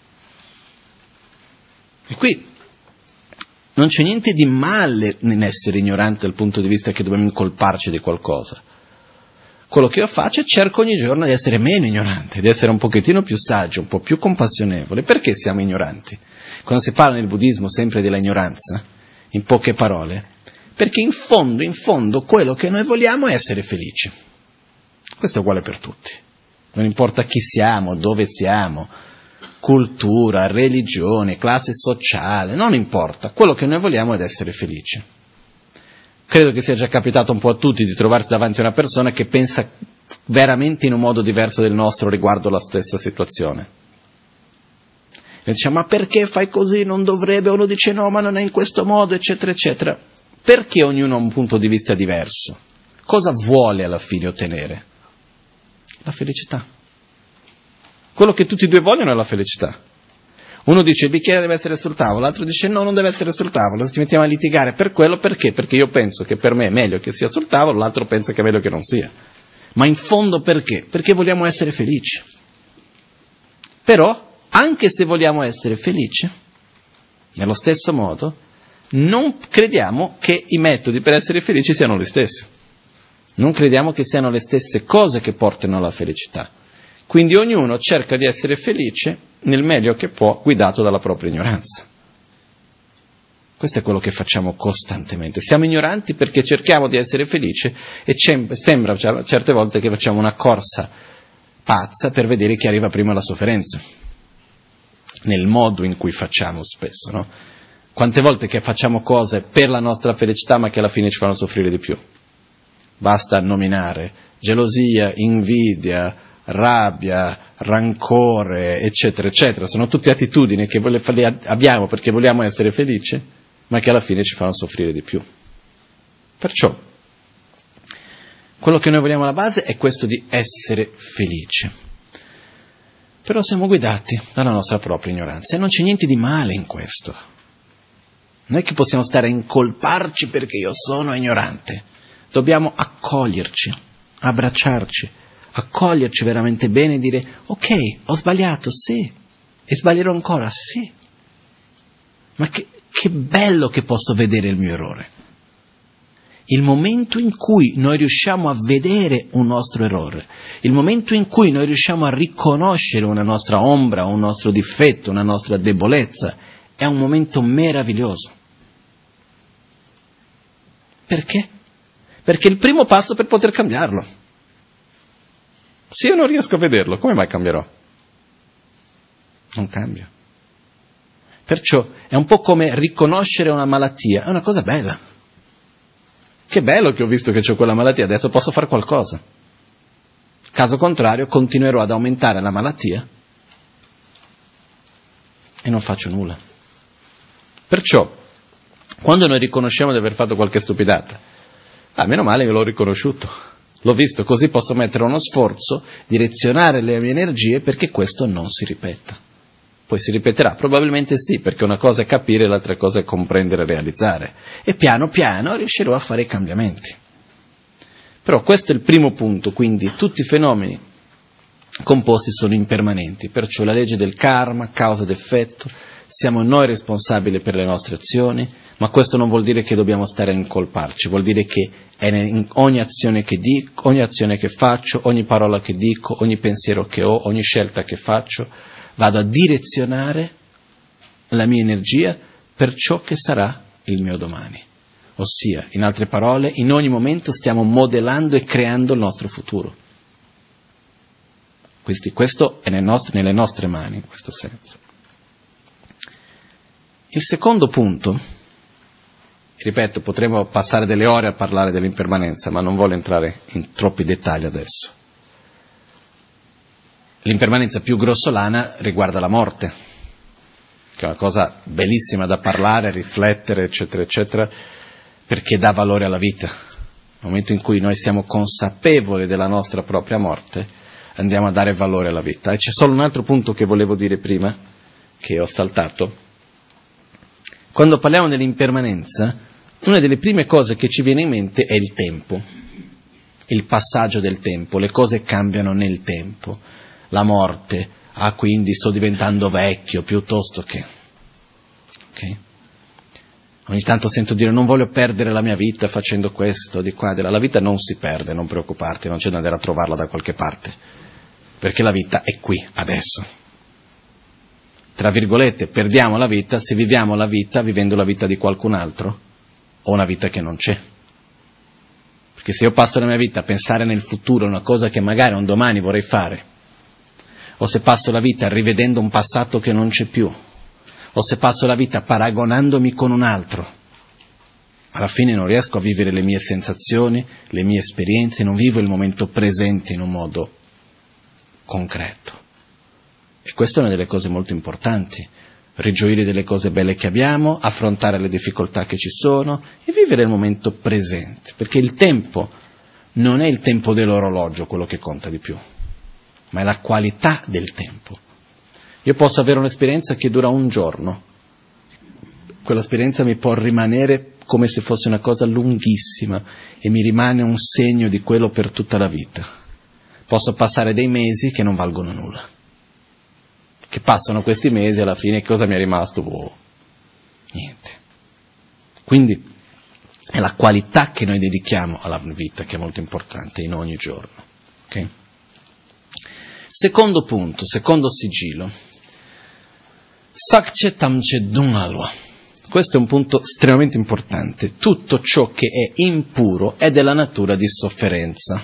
Speaker 1: E qui non c'è niente di male nell'essere ignorante dal punto di vista che dobbiamo incolparci di qualcosa. Quello che io faccio è cerco ogni giorno di essere meno ignorante, di essere un pochettino più saggio, un po' più compassionevole. Perché siamo ignoranti? Quando si parla nel buddismo sempre della ignoranza, in poche parole, Perché in fondo, in fondo, quello che noi vogliamo è essere felici. Questo è uguale per tutti. Non importa chi siamo, dove siamo, cultura, religione, classe sociale, non importa. Quello che noi vogliamo è essere felici. Credo che sia già capitato un po' a tutti di trovarsi davanti a una persona che pensa veramente in un modo diverso del nostro riguardo la stessa situazione. E diciamo, ma perché fai così? Non dovrebbe? Uno dice no, ma non è in questo modo, eccetera, eccetera. Perché ognuno ha un punto di vista diverso? Cosa vuole alla fine ottenere? La felicità. Quello che tutti e due vogliono è la felicità. Uno dice il bicchiere deve essere sul tavolo, l'altro dice no, non deve essere sul tavolo. Ci mettiamo a litigare per quello, perché? Perché io penso che per me è meglio che sia sul tavolo, l'altro pensa che è meglio che non sia. Ma in fondo perché? Perché vogliamo essere felici. Però, anche se vogliamo essere felici, nello stesso modo, non crediamo che i metodi per essere felici siano gli stessi. Non crediamo che siano le stesse cose che portano alla felicità. Quindi ognuno cerca di essere felice nel meglio che può, guidato dalla propria ignoranza. Questo è quello che facciamo costantemente. Siamo ignoranti perché cerchiamo di essere felici e sembra certe volte che facciamo una corsa pazza per vedere chi arriva prima alla sofferenza. Nel modo in cui facciamo spesso, no? Quante volte che facciamo cose per la nostra felicità ma che alla fine ci fanno soffrire di più. Basta nominare gelosia, invidia, rabbia, rancore, eccetera, eccetera. Sono tutte attitudini che abbiamo perché vogliamo essere felici, ma che alla fine ci fanno soffrire di più. Perciò, quello che noi vogliamo alla base è questo di essere felici. Però siamo guidati dalla nostra propria ignoranza e non c'è niente di male in questo. Non è che possiamo stare a incolparci perché io sono ignorante. Dobbiamo accoglierci, abbracciarci, accoglierci veramente bene e dire ok, ho sbagliato, sì, e sbaglierò ancora, sì. Ma che, che bello che posso vedere il mio errore. Il momento in cui noi riusciamo a vedere un nostro errore, il momento in cui noi riusciamo a riconoscere una nostra ombra, un nostro difetto, una nostra debolezza, è un momento meraviglioso. Perché? Perché è il primo passo per poter cambiarlo. Se io non riesco a vederlo, come mai cambierò? Non cambio. Perciò è un po' come riconoscere una malattia, è una cosa bella. Che bello che ho visto che c'ho quella malattia, adesso posso fare qualcosa. Caso contrario, continuerò ad aumentare la malattia e non faccio nulla. Perciò, quando noi riconosciamo di aver fatto qualche stupidata, ah, meno male che l'ho riconosciuto, l'ho visto, così posso mettere uno sforzo, direzionare le mie energie perché questo non si ripeta. Poi si ripeterà? Probabilmente sì, perché una cosa è capire e l'altra cosa è comprendere e realizzare. E piano piano riuscirò a fare i cambiamenti. Però questo è il primo punto, quindi tutti i fenomeni composti sono impermanenti, perciò la legge del karma, causa ed effetto, siamo noi responsabili per le nostre azioni, ma questo non vuol dire che dobbiamo stare a incolparci, vuol dire che è in ogni azione che dico, ogni azione che faccio, ogni parola che dico, ogni pensiero che ho, ogni scelta che faccio, vado a direzionare la mia energia per ciò che sarà il mio domani. Ossia, in altre parole, in ogni momento stiamo modellando e creando il nostro futuro. Quindi questo è nel nostro, nelle nostre mani, in questo senso. Il secondo punto, ripeto, potremmo passare delle ore a parlare dell'impermanenza, ma non voglio entrare in troppi dettagli adesso. L'impermanenza più grossolana riguarda la morte, che è una cosa bellissima da parlare, riflettere, eccetera, eccetera, perché dà valore alla vita. Nel momento in cui noi siamo consapevoli della nostra propria morte, andiamo a dare valore alla vita. E c'è solo un altro punto che volevo dire prima, che ho saltato. Quando parliamo dell'impermanenza, una delle prime cose che ci viene in mente è il tempo, il passaggio del tempo, le cose cambiano nel tempo, la morte, ah quindi sto diventando vecchio piuttosto che... Okay? Ogni tanto sento dire non voglio perdere la mia vita facendo questo, di qua, di là. La vita non si perde, non preoccuparti, non c'è da andare a trovarla da qualche parte, perché la vita è qui, adesso. Tra virgolette, perdiamo la vita se viviamo la vita vivendo la vita di qualcun altro o una vita che non c'è. Perché se io passo la mia vita a pensare nel futuro una cosa che magari un domani vorrei fare, o se passo la vita rivedendo un passato che non c'è più, o se passo la vita paragonandomi con un altro, alla fine non riesco a vivere le mie sensazioni, le mie esperienze, non vivo il momento presente in un modo concreto. E questa è una delle cose molto importanti, rigioire delle cose belle che abbiamo, affrontare le difficoltà che ci sono e vivere il momento presente, perché il tempo non è il tempo dell'orologio quello che conta di più, ma è la qualità del tempo. Io posso avere un'esperienza che dura un giorno, quell'esperienza mi può rimanere come se fosse una cosa lunghissima e mi rimane un segno di quello per tutta la vita. Posso passare dei mesi che non valgono nulla, che passano questi mesi e alla fine cosa mi è rimasto? Oh, niente. Quindi è la qualità che noi dedichiamo alla vita che è molto importante in ogni giorno. Okay? Secondo punto, secondo sigillo, sakche tamche dungalwa. Questo è un punto estremamente importante. Tutto ciò che è impuro è della natura di sofferenza.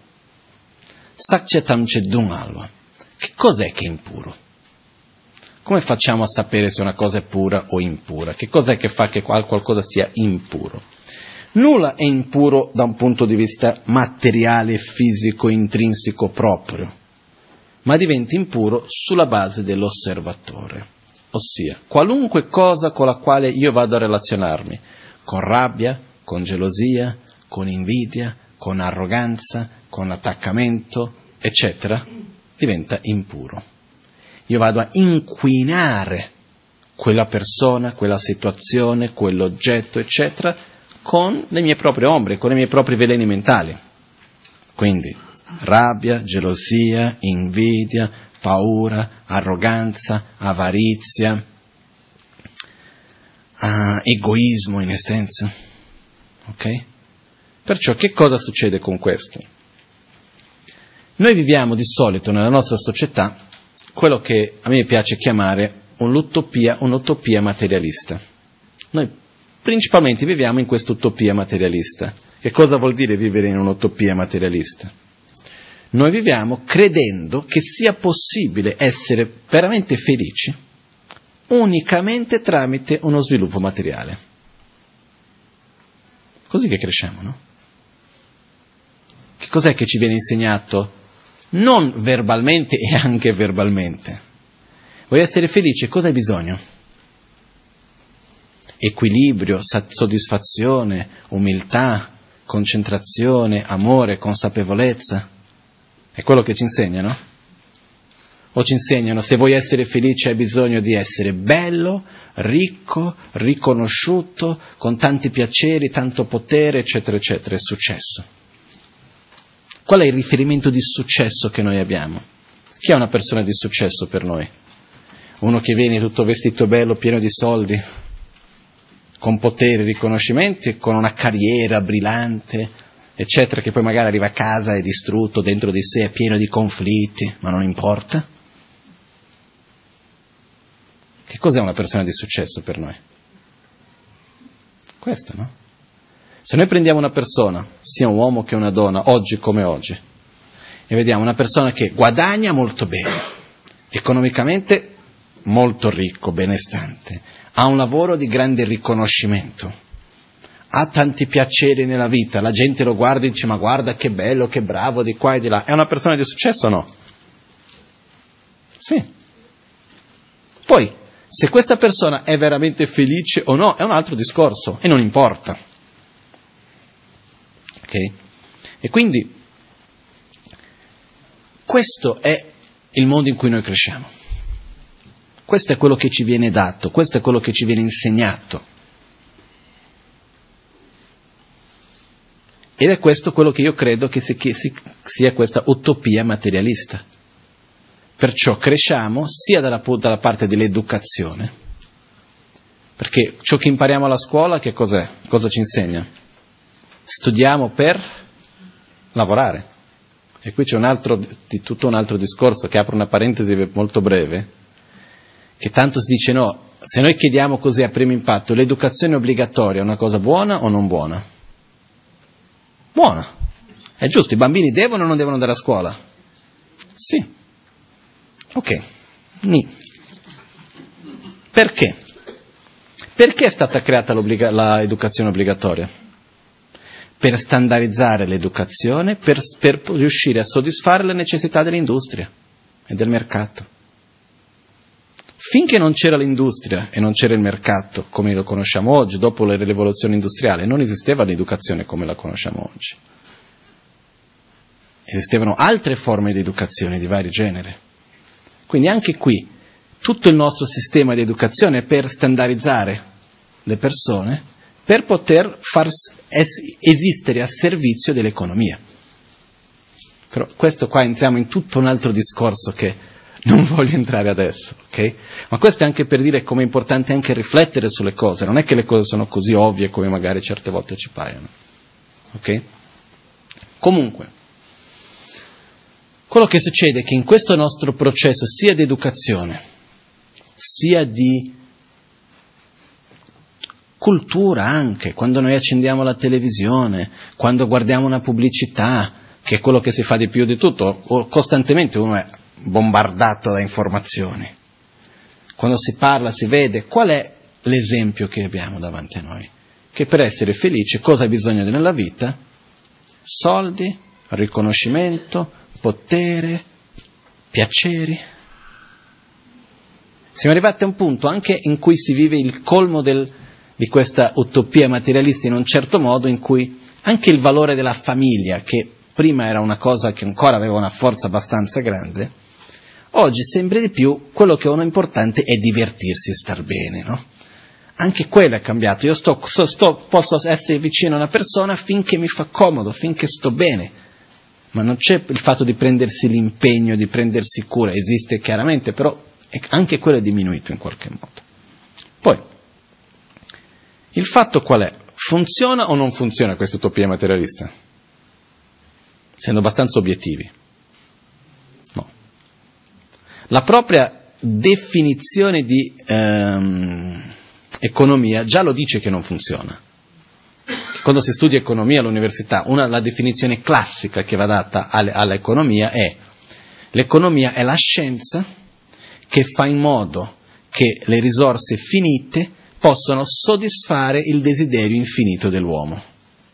Speaker 1: Sakche tamche dungalwa. Che cos'è che è impuro? Come facciamo a sapere se una cosa è pura o impura? Che cos'è che fa che qualcosa sia impuro? Nulla è impuro da un punto di vista materiale, fisico, intrinseco proprio, ma diventa impuro sulla base dell'osservatore. Ossia, qualunque cosa con la quale io vado a relazionarmi, con rabbia, con gelosia, con invidia, con arroganza, con attaccamento, eccetera, diventa impuro. Io vado a inquinare quella persona, quella situazione, quell'oggetto, eccetera, con le mie proprie ombre, con i miei propri veleni mentali. Quindi, rabbia, gelosia, invidia, paura, arroganza, avarizia, uh, egoismo in essenza. Ok? Perciò che cosa succede con questo? Noi viviamo di solito nella nostra società quello che a me piace chiamare un'utopia, un'utopia materialista. Noi principalmente viviamo in quest'utopia materialista. Che cosa vuol dire vivere in un'utopia materialista? Noi viviamo credendo che sia possibile essere veramente felici unicamente tramite uno sviluppo materiale. Così che cresciamo, no? Che cos'è che ci viene insegnato? Non verbalmente e anche verbalmente. Vuoi essere felice? Cosa hai bisogno? Equilibrio, soddisfazione, umiltà, concentrazione, amore, consapevolezza. È quello che ci insegnano? O ci insegnano se vuoi essere felice hai bisogno di essere bello, ricco, riconosciuto, con tanti piaceri, tanto potere, eccetera, eccetera, è successo. Qual è il riferimento di successo che noi abbiamo? Chi è una persona di successo per noi? Uno che viene tutto vestito bello, pieno di soldi, con potere, riconoscimenti, con una carriera brillante, eccetera, che poi magari arriva a casa è distrutto, dentro di sé è pieno di conflitti, ma non importa. Che cos'è una persona di successo per noi? Questo, no? Se noi prendiamo una persona, sia un uomo che una donna, oggi come oggi, e vediamo una persona che guadagna molto bene, economicamente molto ricco, benestante, ha un lavoro di grande riconoscimento, ha tanti piaceri nella vita, la gente lo guarda e dice ma guarda che bello, che bravo, di qua e di là. È una persona di successo o no? Sì. Poi, se questa persona è veramente felice o no, è un altro discorso e non importa. Ok? E quindi, questo è il modo in cui noi cresciamo. Questo è quello che ci viene dato, questo è quello che ci viene insegnato. Ed è questo quello che io credo che, si, che si, sia questa utopia materialista. Perciò cresciamo sia dalla, dalla parte dell'educazione, perché ciò che impariamo alla scuola che cos'è? Cosa ci insegna? Studiamo per lavorare. E qui c'è un altro, di tutto un altro discorso, che apro una parentesi molto breve, che tanto si dice no, se noi chiediamo così a primo impatto, l'educazione obbligatoria è una cosa buona o non buona? Buona. È giusto, i bambini devono o non devono andare a scuola? Sì. Ok. Ni. Perché? Perché è stata creata l'educazione obbligatoria? Per standardizzare l'educazione, per, per riuscire a soddisfare le necessità dell'industria e del mercato. Finché non c'era l'industria e non c'era il mercato come lo conosciamo oggi, dopo la rivoluzione industriale, non esisteva l'educazione come la conosciamo oggi. Esistevano altre forme di educazione di vari generi. Quindi anche qui tutto il nostro sistema di educazione è per standardizzare le persone, per poter far es- esistere a servizio dell'economia. Però questo qua entriamo in tutto un altro discorso che non voglio entrare adesso, ok? Ma questo è anche per dire come è importante anche riflettere sulle cose, non è che le cose sono così ovvie come magari certe volte ci paiono, ok? Comunque, quello che succede è che in questo nostro processo sia di educazione, sia di cultura anche, quando noi accendiamo la televisione, quando guardiamo una pubblicità, che è quello che si fa di più di tutto, costantemente uno è bombardato da informazioni. Quando si parla, si vede, qual è l'esempio che abbiamo davanti a noi? Che per essere felice cosa hai bisogno nella vita? Soldi, riconoscimento, potere, piaceri. Siamo arrivati a un punto anche in cui si vive il colmo del, di questa utopia materialista in un certo modo, in cui anche il valore della famiglia, che prima era una cosa che ancora aveva una forza abbastanza grande, oggi sempre di più quello che è uno importante è divertirsi e star bene, no? Anche quello è cambiato. Io sto, sto, posso essere vicino a una persona finché mi fa comodo, finché sto bene, ma non c'è il fatto di prendersi l'impegno, di prendersi cura, esiste chiaramente, però anche quello è diminuito in qualche modo. Poi, il fatto qual è? Funziona o non funziona questa utopia materialista? Essendo abbastanza obiettivi. No. La propria definizione di ehm, economia già lo dice che non funziona. Quando si studia economia all'università, una, la definizione classica che va data alle, all'economia è: l'economia è la scienza che fa in modo che le risorse finite possano soddisfare il desiderio infinito dell'uomo.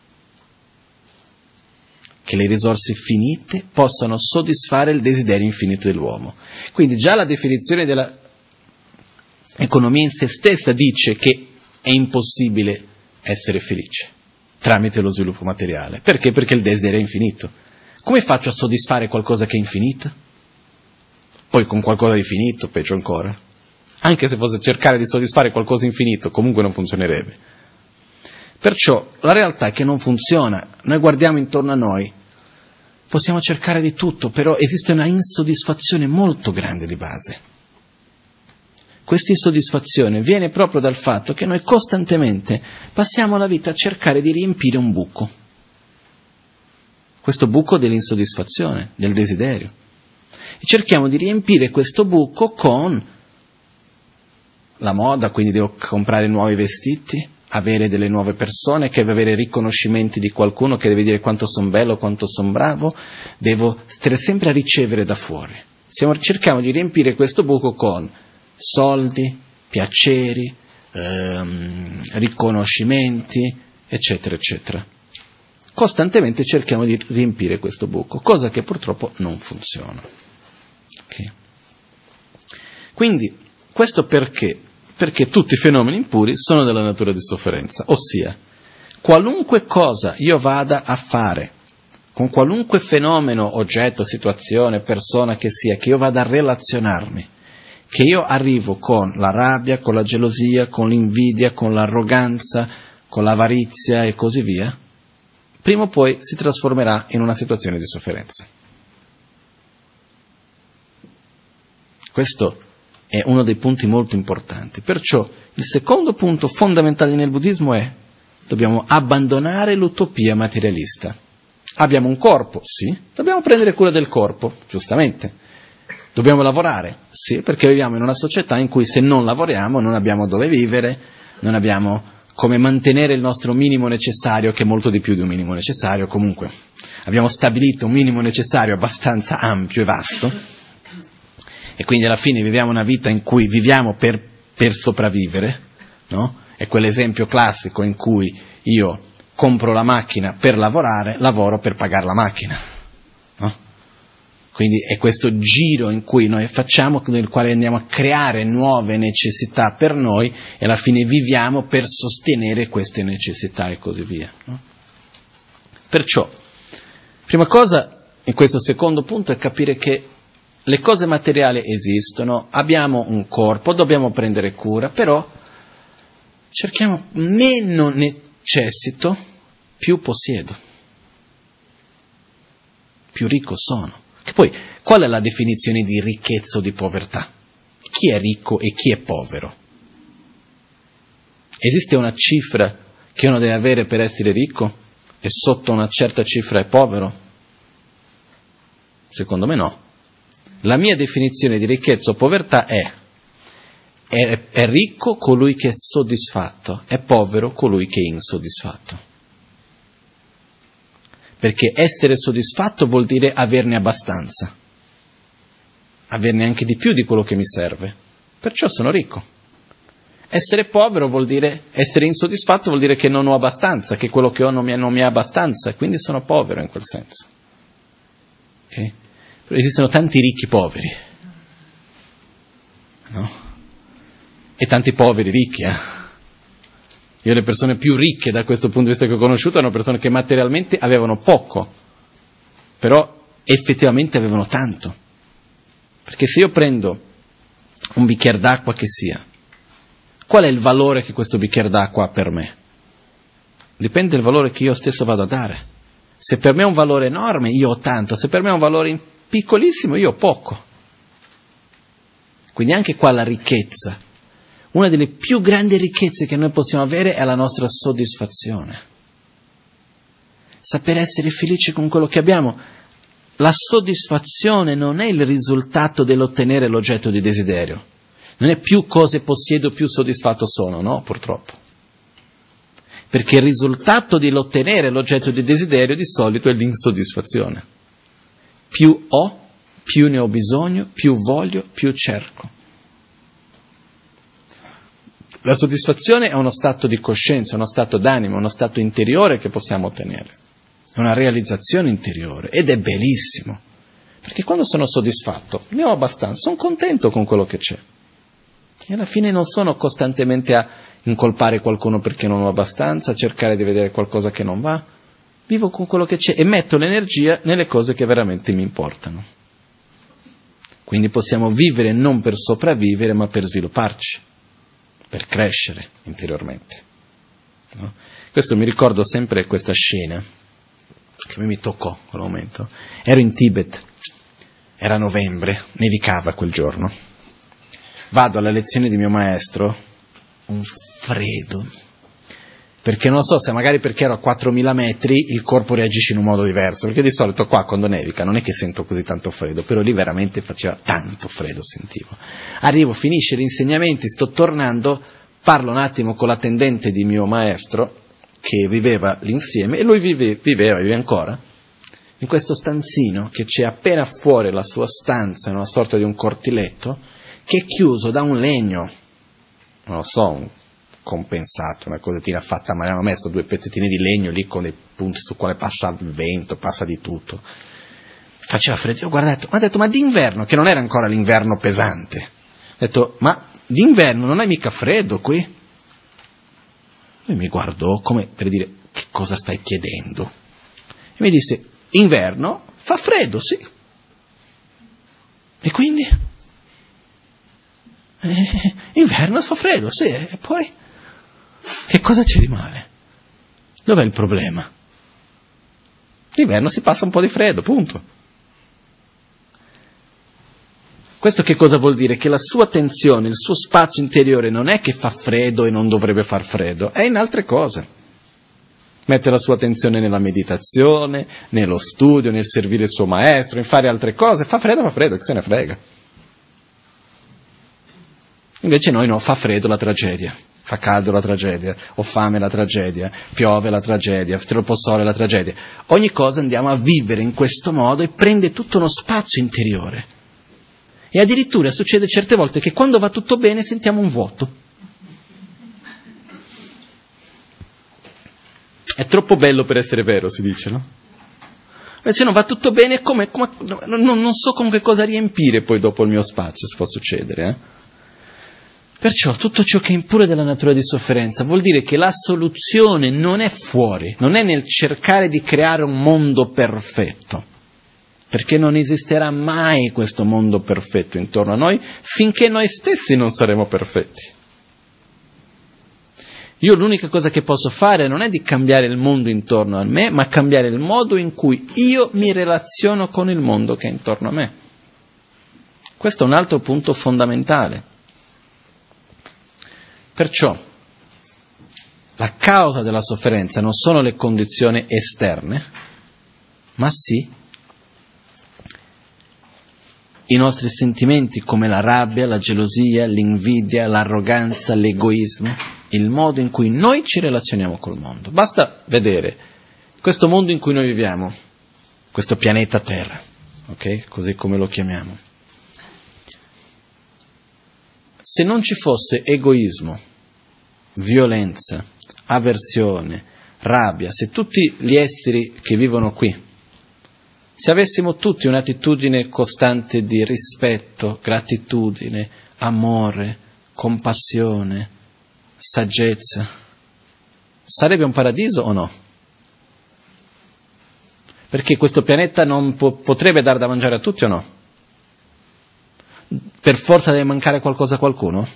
Speaker 1: Che le risorse finite possano soddisfare il desiderio infinito dell'uomo. Quindi già la definizione dell'economia in se stessa dice che è impossibile essere felice tramite lo sviluppo materiale. Perché? Perché il desiderio è infinito. Come faccio a soddisfare qualcosa che è infinito? Poi con qualcosa di finito, peggio ancora. Anche se fosse cercare di soddisfare qualcosa di infinito, comunque non funzionerebbe. Perciò la realtà è che non funziona. Noi guardiamo intorno a noi, possiamo cercare di tutto, però esiste una insoddisfazione molto grande di base. Questa insoddisfazione viene proprio dal fatto che noi costantemente passiamo la vita a cercare di riempire un buco. Questo buco dell'insoddisfazione, del desiderio. E cerchiamo di riempire questo buco con la moda, quindi devo comprare nuovi vestiti, avere delle nuove persone, che deve avere riconoscimenti di qualcuno che deve dire quanto sono bello, quanto sono bravo, devo stare sempre a ricevere da fuori. Siamo, cerchiamo di riempire questo buco con soldi, piaceri, ehm, riconoscimenti, eccetera, eccetera. Costantemente cerchiamo di riempire questo buco, cosa che purtroppo non funziona. Okay. Quindi, questo perché? Perché tutti i fenomeni impuri sono della natura di sofferenza, ossia, qualunque cosa io vada a fare, con qualunque fenomeno, oggetto, situazione, persona che sia, che io vada a relazionarmi, che io arrivo con la rabbia, con la gelosia, con l'invidia, con l'arroganza, con l'avarizia e così via, prima o poi si trasformerà in una situazione di sofferenza. Questo è uno dei punti molto importanti. Perciò il secondo punto fondamentale nel buddismo è: dobbiamo abbandonare l'utopia materialista. Abbiamo un corpo, sì, dobbiamo prendere cura del corpo, giustamente. Dobbiamo lavorare? Sì, perché viviamo in una società in cui se non lavoriamo non abbiamo dove vivere, non abbiamo come mantenere il nostro minimo necessario, che è molto di più di un minimo necessario. Comunque abbiamo stabilito un minimo necessario abbastanza ampio e vasto, e quindi alla fine viviamo una vita in cui viviamo per, per sopravvivere, no? È quell'esempio classico in cui io compro la macchina per lavorare, lavoro per pagare la macchina, no? Quindi è questo giro in cui noi facciamo, nel quale andiamo a creare nuove necessità per noi e alla fine viviamo per sostenere queste necessità e così via, no? Perciò, prima cosa in questo secondo punto è capire che le cose materiali esistono, abbiamo un corpo, dobbiamo prendere cura, però cerchiamo meno necessito, più possiedo, più ricco sono. Che poi, qual è la definizione di ricchezza o di povertà? Chi è ricco e chi è povero? Esiste una cifra che uno deve avere per essere ricco e sotto una certa cifra è povero? Secondo me no. La mia definizione di ricchezza o povertà è È, è ricco colui che è soddisfatto, è povero colui che è insoddisfatto. Perché essere soddisfatto vuol dire averne abbastanza, averne anche di più di quello che mi serve, perciò sono ricco. Essere povero vuol dire, essere insoddisfatto vuol dire che non ho abbastanza, che quello che ho non mi, non mi è abbastanza, quindi sono povero in quel senso. Okay? Però esistono tanti ricchi poveri, no? E tanti poveri ricchi, eh? Io le persone più ricche da questo punto di vista che ho conosciuto erano persone che materialmente avevano poco, però effettivamente avevano tanto. Perché se io prendo un bicchiere d'acqua che sia, qual è il valore che questo bicchiere d'acqua ha per me? Dipende dal valore che io stesso vado a dare. Se per me è un valore enorme, io ho tanto, se per me è un valore piccolissimo, io ho poco. Quindi anche qua la ricchezza. Una delle più grandi ricchezze che noi possiamo avere è la nostra soddisfazione. Saper essere felici con quello che abbiamo. La soddisfazione non è il risultato dell'ottenere l'oggetto di desiderio. Non è più cose possiedo, più soddisfatto sono, no? Purtroppo. Perché il risultato dell'ottenere l'oggetto di desiderio di solito è l'insoddisfazione. Più ho, più ne ho bisogno, più voglio, più cerco. La soddisfazione è uno stato di coscienza, uno stato d'animo, uno stato interiore che possiamo ottenere. È una realizzazione interiore ed è bellissimo. Perché quando sono soddisfatto, ne ho abbastanza, sono contento con quello che c'è. E alla fine non sono costantemente a incolpare qualcuno perché non ho abbastanza, a cercare di vedere qualcosa che non va. Vivo con quello che c'è e metto l'energia nelle cose che veramente mi importano. Quindi possiamo vivere non per sopravvivere, ma per svilupparci, per crescere interiormente. No? Questo mi ricordo sempre questa scena che a me mi toccò in quel momento. Ero in Tibet, era novembre, nevicava quel giorno. Vado alla lezione di mio maestro, un freddo, perché non so se magari perché ero a quattromila metri il corpo reagisce in un modo diverso, perché di solito qua quando nevica non è che sento così tanto freddo, però lì veramente faceva tanto freddo, sentivo. Arrivo, finisce gli insegnamenti, sto tornando, parlo un attimo con l'attendente di mio maestro che viveva lì insieme, e lui vive, viveva, vive ancora, in questo stanzino che c'è appena fuori la sua stanza, in una sorta di un cortiletto, che è chiuso da un legno, non lo so, un compensato, una cosettina fatta, ma hanno messo due pezzettini di legno lì con dei punti su quale passa il vento, passa di tutto. Faceva freddo, io ho guardato, ma ha detto, ma d'inverno, che non era ancora l'inverno pesante, ho detto, ma d'inverno non hai mica freddo qui? Lui mi guardò come per dire, che cosa stai chiedendo? E mi disse, inverno fa freddo, sì. E quindi? Eh, inverno fa freddo, sì, e poi? Che cosa c'è di male? Dov'è il problema? D'inverno si passa un po' di freddo, punto. Questo che cosa vuol dire? Che la sua attenzione, il suo spazio interiore non è che fa freddo e non dovrebbe far freddo, è in altre cose. Mette la sua attenzione nella meditazione, nello studio, nel servire il suo maestro, in fare altre cose. Fa freddo, fa freddo, che se ne frega. Invece noi no, fa freddo la tragedia, fa caldo la tragedia, ho fame la tragedia, piove la tragedia, troppo sole la tragedia. Ogni cosa andiamo a vivere in questo modo e prende tutto uno spazio interiore. E addirittura succede certe volte che quando va tutto bene sentiamo un vuoto. È troppo bello per essere vero, si dice, no? Invece non va tutto bene, come, come, non, non so con che cosa riempire poi dopo il mio spazio, se può succedere. Eh? Perciò tutto ciò che è impure della natura di sofferenza vuol dire che la soluzione non è fuori, non è nel cercare di creare un mondo perfetto, perché non esisterà mai questo mondo perfetto intorno a noi finché noi stessi non saremo perfetti. Io l'unica cosa che posso fare non è di cambiare il mondo intorno a me, ma cambiare il modo in cui io mi relaziono con il mondo che è intorno a me. Questo è un altro punto fondamentale. Perciò, la causa della sofferenza non sono le condizioni esterne, ma sì i nostri sentimenti come la rabbia, la gelosia, l'invidia, l'arroganza, l'egoismo, il modo in cui noi ci relazioniamo col mondo. Basta vedere questo mondo in cui noi viviamo, questo pianeta Terra, ok? Così come lo chiamiamo. Se non ci fosse egoismo, violenza, avversione, rabbia, se tutti gli esseri che vivono qui, se avessimo tutti un'attitudine costante di rispetto, gratitudine, amore, compassione, saggezza, sarebbe un paradiso o no? Perché questo pianeta non po- potrebbe dare da mangiare a tutti o no? Per forza deve mancare qualcosa a qualcuno?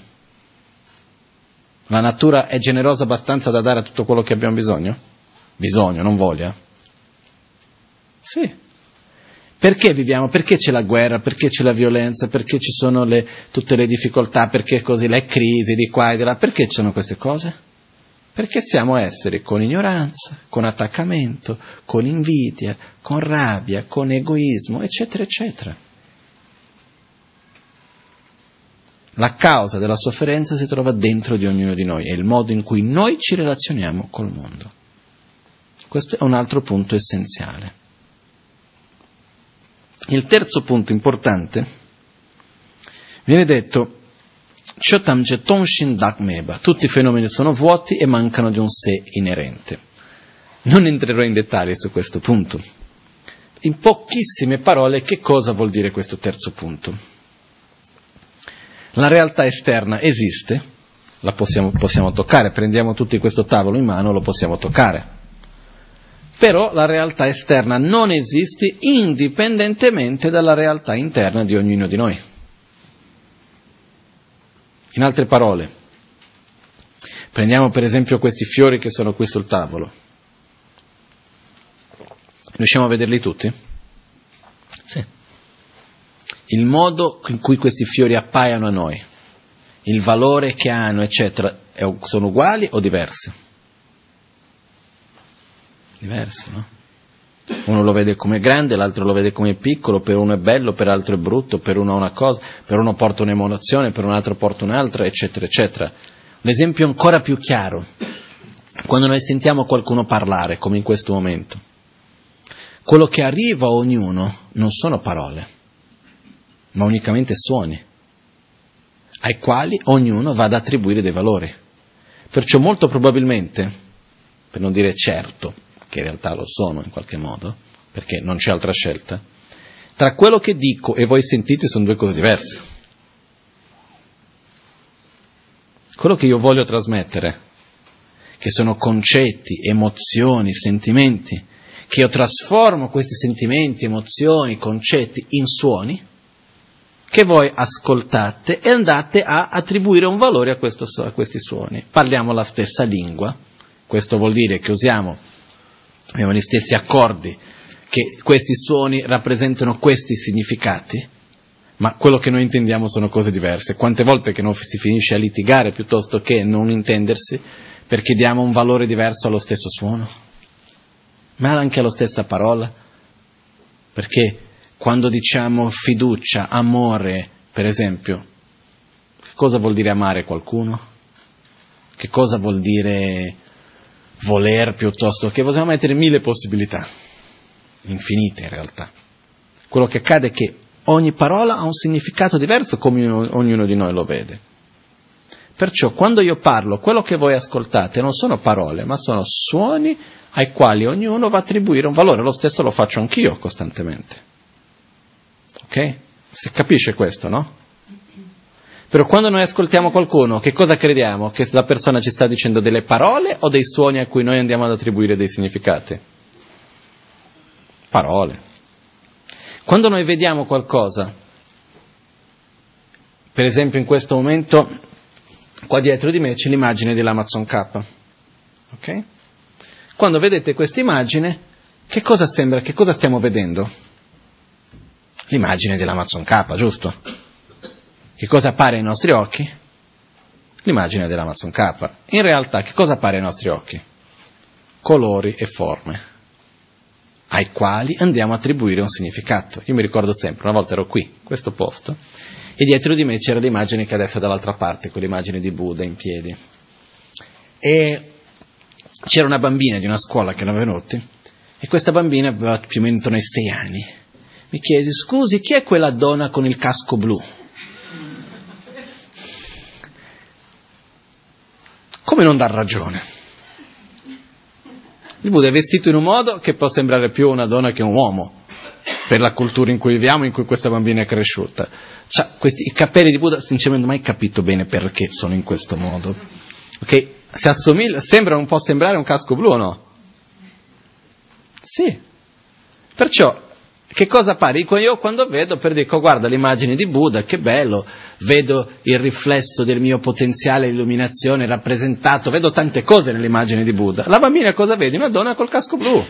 Speaker 1: La natura è generosa abbastanza da dare a tutto quello che abbiamo bisogno? Bisogno, non voglia? Sì. Perché viviamo? Perché c'è la guerra? Perché c'è la violenza? Perché ci sono le, tutte le difficoltà? Perché così le crisi di qua e di là? Perché ci sono queste cose? Perché siamo esseri con ignoranza, con attaccamento, con invidia, con rabbia, con egoismo, eccetera, eccetera. La causa della sofferenza si trova dentro di ognuno di noi, è il modo in cui noi ci relazioniamo col mondo. Questo è un altro punto essenziale. Il terzo punto importante viene detto Chotam Jeton Shin Dak Meba. Tutti i fenomeni sono vuoti e mancano di un sé inerente. Non entrerò in dettagli su questo punto. In pochissime parole, che cosa vuol dire questo terzo punto? La realtà esterna esiste, la possiamo, possiamo toccare, prendiamo tutti questo tavolo in mano, lo possiamo toccare. Però la realtà esterna non esiste indipendentemente dalla realtà interna di ognuno di noi. In altre parole, prendiamo per esempio questi fiori che sono qui sul tavolo. Riusciamo a vederli tutti? Sì. Il modo in cui questi fiori appaiono a noi, il valore che hanno, eccetera, sono uguali o diversi? Diversi, no? Uno lo vede come grande, l'altro lo vede come piccolo, per uno è bello, per l'altro è brutto, per uno ha una cosa, per uno porta un'emozione, per un altro porta un'altra, eccetera, eccetera. Un esempio ancora più chiaro, quando noi sentiamo qualcuno parlare, come in questo momento, quello che arriva a ognuno non sono parole, ma unicamente suoni, ai quali ognuno va ad attribuire dei valori. Perciò molto probabilmente, per non dire certo, che in realtà lo sono in qualche modo, perché non c'è altra scelta, tra quello che dico e voi sentite sono due cose diverse. Quello che io voglio trasmettere, che sono concetti, emozioni, sentimenti, che io trasformo questi sentimenti, emozioni, concetti in suoni, che voi ascoltate e andate a attribuire un valore a, questo, a questi suoni. Parliamo la stessa lingua, questo vuol dire che usiamo abbiamo gli stessi accordi, che questi suoni rappresentano questi significati, ma quello che noi intendiamo sono cose diverse. Quante volte che non si finisce a litigare piuttosto che non intendersi, perché diamo un valore diverso allo stesso suono, ma anche alla stessa parola, perché quando diciamo fiducia, amore, per esempio, cosa vuol dire amare qualcuno? Che cosa vuol dire voler piuttosto che? Possiamo mettere mille possibilità, infinite in realtà. Quello che accade è che ogni parola ha un significato diverso come ognuno di noi lo vede. Perciò quando io parlo, quello che voi ascoltate non sono parole, ma sono suoni ai quali ognuno va a attribuire un valore. Lo stesso lo faccio anch'io costantemente. Ok? Si capisce questo, no? Però quando noi ascoltiamo qualcuno, che cosa crediamo? Che la persona ci sta dicendo delle parole o dei suoni a cui noi andiamo ad attribuire dei significati? Parole. Quando noi vediamo qualcosa, per esempio in questo momento, qua dietro di me c'è l'immagine dell'Amazon K. Ok? Quando vedete questa immagine, che cosa sembra? Che cosa stiamo vedendo? L'immagine dell'Amazon K, giusto? Che cosa appare ai nostri occhi? L'immagine dell'Amazon K. In realtà, che cosa appare ai nostri occhi? Colori e forme, ai quali andiamo a attribuire un significato. Io mi ricordo sempre, una volta ero qui, in questo posto, e dietro di me c'era l'immagine che adesso è dall'altra parte, quell'immagine di Buddha in piedi. E c'era una bambina di una scuola che era venuta, e questa bambina aveva più o meno intorno ai sei anni. Mi chiesi, scusi, chi è quella donna con il casco blu? Come non dar ragione? Il Buddha è vestito in un modo che può sembrare più una donna che un uomo, per la cultura in cui viviamo, in cui questa bambina è cresciuta. Cioè, questi, i capelli di Buddha, sinceramente, non ho mai capito bene perché sono in questo modo. Ok? Si assomiglia, sembra un po' sembrare un casco blu o no? Sì. Perciò, che cosa pare? Io quando vedo, per dico, guarda l'immagine di Buddha, che bello, vedo il riflesso del mio potenziale illuminazione rappresentato, vedo tante cose nell'immagine di Buddha. La bambina cosa vede? Una donna col casco blu.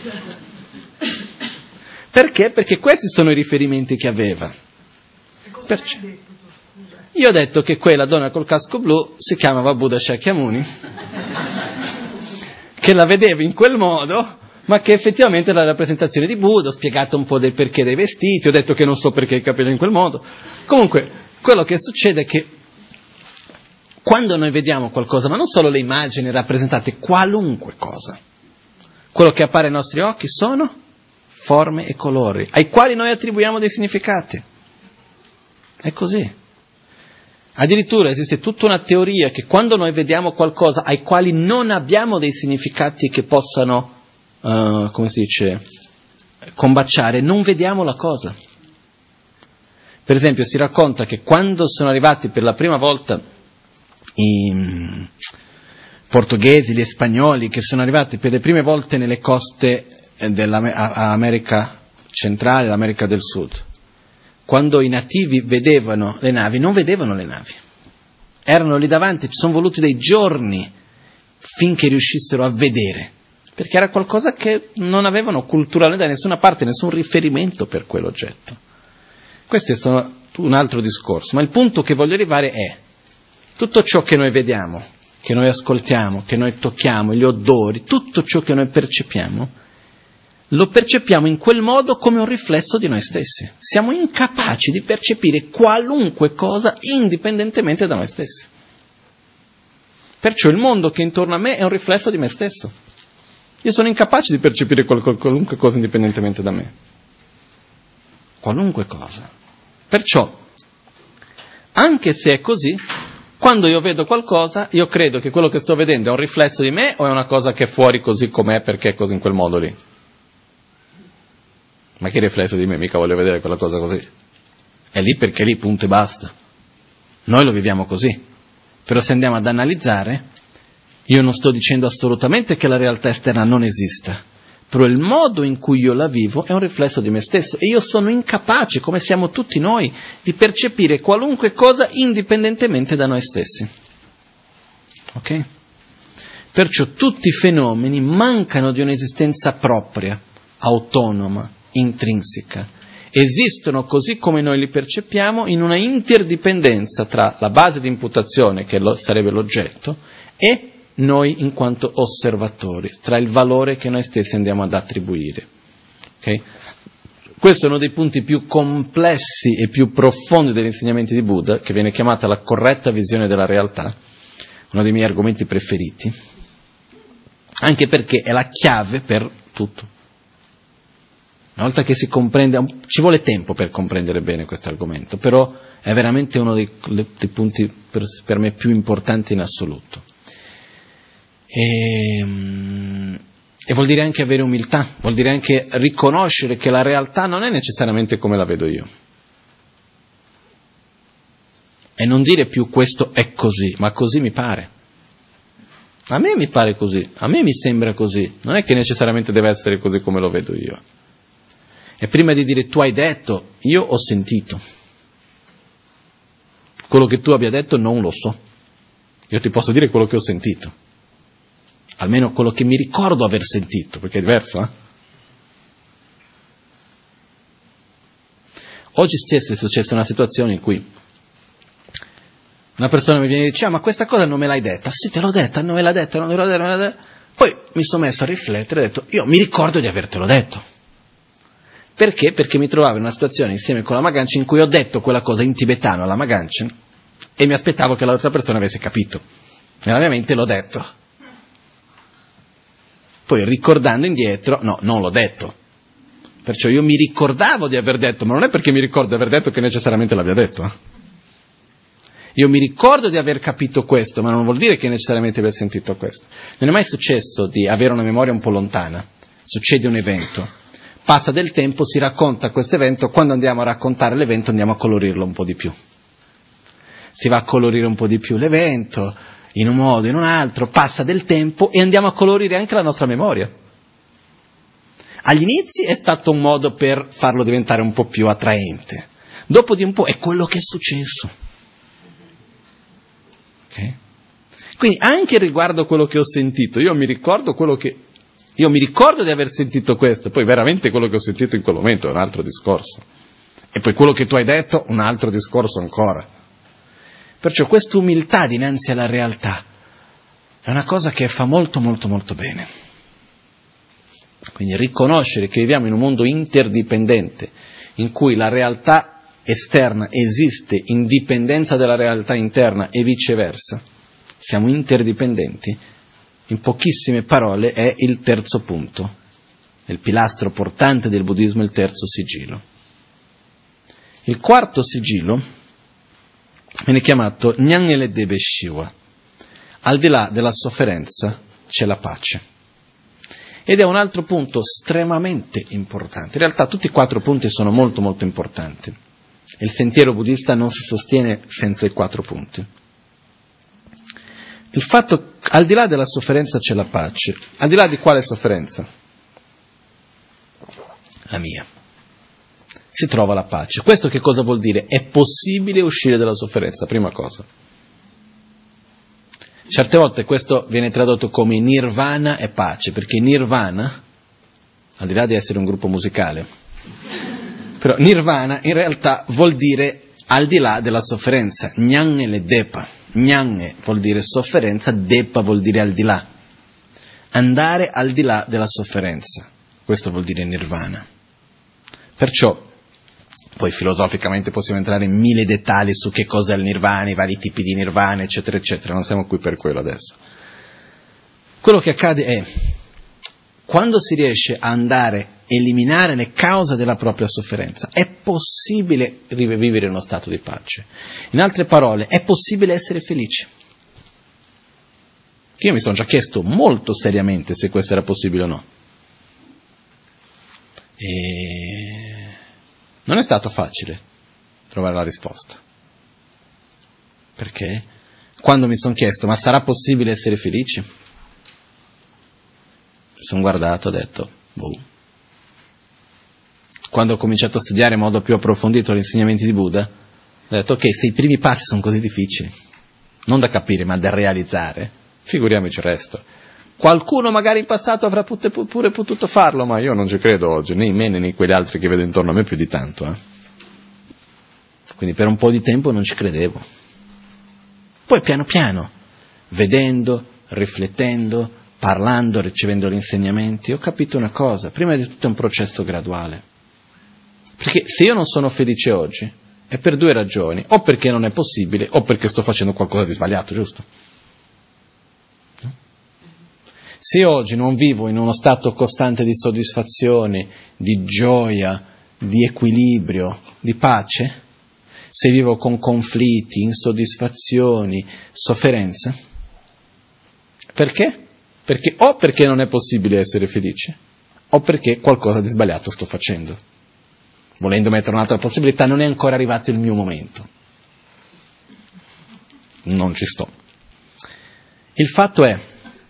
Speaker 1: Perché? Perché questi sono i riferimenti che aveva. Perciò, io ho detto che quella donna col casco blu si chiamava Buddha Shakyamuni, che la vedeva in quel modo, ma che effettivamente era la rappresentazione di Buddha. Ho spiegato un po' del perché dei vestiti, ho detto che non so perché i capelli in quel modo. Comunque, quello che succede è che quando noi vediamo qualcosa, ma non solo le immagini rappresentate, qualunque cosa, quello che appare ai nostri occhi sono forme e colori, ai quali noi attribuiamo dei significati. È così. Addirittura esiste tutta una teoria che quando noi vediamo qualcosa ai quali non abbiamo dei significati che possano Uh, come si dice, combaciare, non vediamo la cosa. Per esempio si racconta che quando sono arrivati per la prima volta i portoghesi, gli spagnoli, che sono arrivati per le prime volte nelle coste dell'America centrale, l'America del Sud, quando i nativi vedevano le navi, non vedevano le navi, erano lì davanti, ci sono voluti dei giorni finché riuscissero a vedere, perché era qualcosa che non avevano culturalmente da nessuna parte, nessun riferimento per quell'oggetto. Questo è un altro discorso, ma il punto che voglio arrivare è tutto ciò che noi vediamo, che noi ascoltiamo, che noi tocchiamo, gli odori, tutto ciò che noi percepiamo, lo percepiamo in quel modo come un riflesso di noi stessi. Siamo incapaci di percepire qualunque cosa indipendentemente da noi stessi. Perciò il mondo che è intorno a me è un riflesso di me stesso. Io sono incapace di percepire qual- qualunque cosa indipendentemente da me. Qualunque cosa. Perciò, anche se è così, quando io vedo qualcosa, io credo che quello che sto vedendo è un riflesso di me o è una cosa che è fuori così com'è perché è così in quel modo lì? Ma che riflesso di me? Mica voglio vedere quella cosa così. È lì perché è lì, punto e basta. Noi lo viviamo così. Però se andiamo ad analizzare, io non sto dicendo assolutamente che la realtà esterna non esista, però il modo in cui io la vivo è un riflesso di me stesso e io sono incapace, come siamo tutti noi, di percepire qualunque cosa indipendentemente da noi stessi. Ok? Perciò tutti i fenomeni mancano di un'esistenza propria, autonoma, intrinseca. Esistono così come noi li percepiamo in una interdipendenza tra la base di imputazione, che lo, sarebbe l'oggetto, e noi in quanto osservatori, tra il valore che noi stessi andiamo ad attribuire. Okay? Questo è uno dei punti più complessi e più profondi degli insegnamenti di Buddha, che viene chiamata la corretta visione della realtà, uno dei miei argomenti preferiti, anche perché è la chiave per tutto. Una volta che si comprende, ci vuole tempo per comprendere bene questo argomento, però è veramente uno dei, dei punti per, per me più importanti in assoluto. E, e vuol dire anche avere umiltà, vuol dire anche riconoscere che la realtà non è necessariamente come la vedo io. E non dire più questo è così, ma così mi pare. A me mi pare così, a me mi sembra così, non è che necessariamente deve essere così come lo vedo io. E prima di dire tu hai detto, io ho sentito. Quello che tu abbia detto non lo so. Io ti posso dire quello che ho sentito. Almeno quello che mi ricordo aver sentito, perché è diverso, eh? Oggi stesso è successa una situazione in cui una persona mi viene e dice, ah, ma questa cosa non me l'hai detta. Sì, te l'ho detta, non me l'ha detta, non me l'ha detta, non me l'ha detta. Poi mi sono messo a riflettere e ho detto, io mi ricordo di avertelo detto. Perché? Perché mi trovavo in una situazione insieme con la Magancia in cui ho detto quella cosa in tibetano alla Magancia e mi aspettavo che l'altra persona avesse capito. Nella mia mente l'ho detto. Poi ricordando indietro, no, non l'ho detto. Perciò io mi ricordavo di aver detto, ma non è perché mi ricordo di aver detto che necessariamente l'abbia detto. Eh? Io mi ricordo di aver capito questo, ma non vuol dire che necessariamente abbia sentito questo. Non è mai successo di avere una memoria un po' lontana. Succede un evento. Passa del tempo, si racconta questo evento, quando andiamo a raccontare l'evento andiamo a colorirlo un po' di più. Si va a colorire un po' di più l'evento, in un modo, in un altro, passa del tempo e andiamo a colorire anche la nostra memoria. Agli inizi è stato un modo per farlo diventare un po' più attraente. Dopo di un po' è quello che è successo. Okay? Quindi anche riguardo quello che ho sentito, io mi ricordo quello che... Io mi ricordo di aver sentito questo, poi veramente quello che ho sentito in quel momento è un altro discorso. E poi quello che tu hai detto, un altro discorso ancora. Perciò questa umiltà dinanzi alla realtà è una cosa che fa molto molto molto bene. Quindi riconoscere che viviamo in un mondo interdipendente, in cui la realtà esterna esiste in dipendenza della realtà interna e viceversa, siamo interdipendenti, in pochissime parole è il terzo punto, il pilastro portante del buddismo, il terzo sigillo. Il quarto sigillo viene chiamato Nyangele Debe Shiwa, al di là della sofferenza c'è la pace. Ed è un altro punto estremamente importante. In realtà tutti i quattro punti sono molto molto importanti. Il sentiero buddista non si sostiene senza i quattro punti. Il fatto, al di là della sofferenza c'è la pace. Al di là di quale sofferenza? La mia. Si trova la pace. Questo che cosa vuol dire? È possibile uscire dalla sofferenza, prima cosa. Certe volte questo viene tradotto come nirvana e pace, perché nirvana, al di là di essere un gruppo musicale, però nirvana in realtà vuol dire al di là della sofferenza, Nyanghe le depa. Nyanghe vuol dire sofferenza, depa vuol dire al di là. Andare al di là della sofferenza, questo vuol dire nirvana. Perciò, poi filosoficamente possiamo entrare in mille dettagli su che cosa è il nirvana, i vari tipi di nirvana, eccetera, eccetera, non siamo qui per quello adesso. Quello che accade è, quando si riesce a andare, eliminare le cause della propria sofferenza, è possibile rivivere uno stato di pace. In altre parole, è possibile essere felici. Io mi sono già chiesto molto seriamente se questo era possibile o no. E non è stato facile trovare la risposta. Perché? Quando mi sono chiesto, ma sarà possibile essere felici? Mi sono guardato e ho detto, boh. Quando ho cominciato a studiare in modo più approfondito gli insegnamenti di Buddha, ho detto, ok, se i primi passi sono così difficili, non da capire, ma da realizzare, figuriamoci il resto. Qualcuno magari in passato avrà pure potuto farlo, ma io non ci credo oggi, né in me né in quegli altri che vedo intorno a me più di tanto. Eh. Quindi per un po' di tempo non ci credevo. Poi piano piano, vedendo, riflettendo, parlando, ricevendo gli insegnamenti, ho capito una cosa, prima di tutto è un processo graduale. Perché se io non sono felice oggi, è per due ragioni, o perché non è possibile, o perché sto facendo qualcosa di sbagliato, giusto? No? Se oggi non vivo in uno stato costante di soddisfazione, di gioia, di equilibrio, di pace, se vivo con conflitti, insoddisfazioni, sofferenze, perché? Perché o perché non è possibile essere felice, o perché qualcosa di sbagliato sto facendo. Volendo mettere un'altra possibilità, non è ancora arrivato il mio momento. Non ci sto. Il fatto è,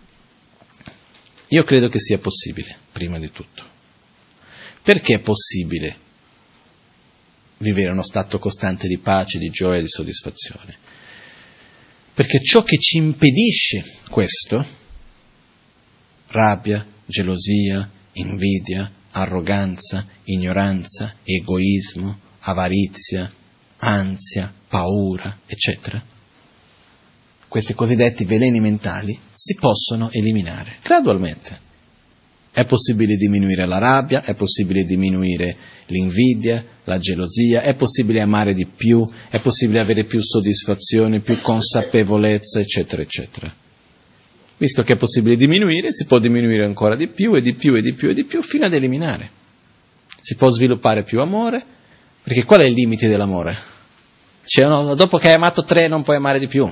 Speaker 1: io credo che sia possibile, prima di tutto. Perché è possibile vivere uno stato costante di pace, di gioia e di soddisfazione? Perché ciò che ci impedisce questo, rabbia, gelosia, invidia, arroganza, ignoranza, egoismo, avarizia, ansia, paura, eccetera, questi cosiddetti veleni mentali si possono eliminare gradualmente. È possibile diminuire la rabbia, è possibile diminuire l'invidia, la gelosia, è possibile amare di più, è possibile avere più soddisfazione, più consapevolezza, eccetera, eccetera. Visto che è possibile diminuire, si può diminuire ancora di più e di più e di più e di più fino ad eliminare. Si può sviluppare più amore, perché qual è il limite dell'amore? Cioè, no, dopo che hai amato tre non puoi amare di più.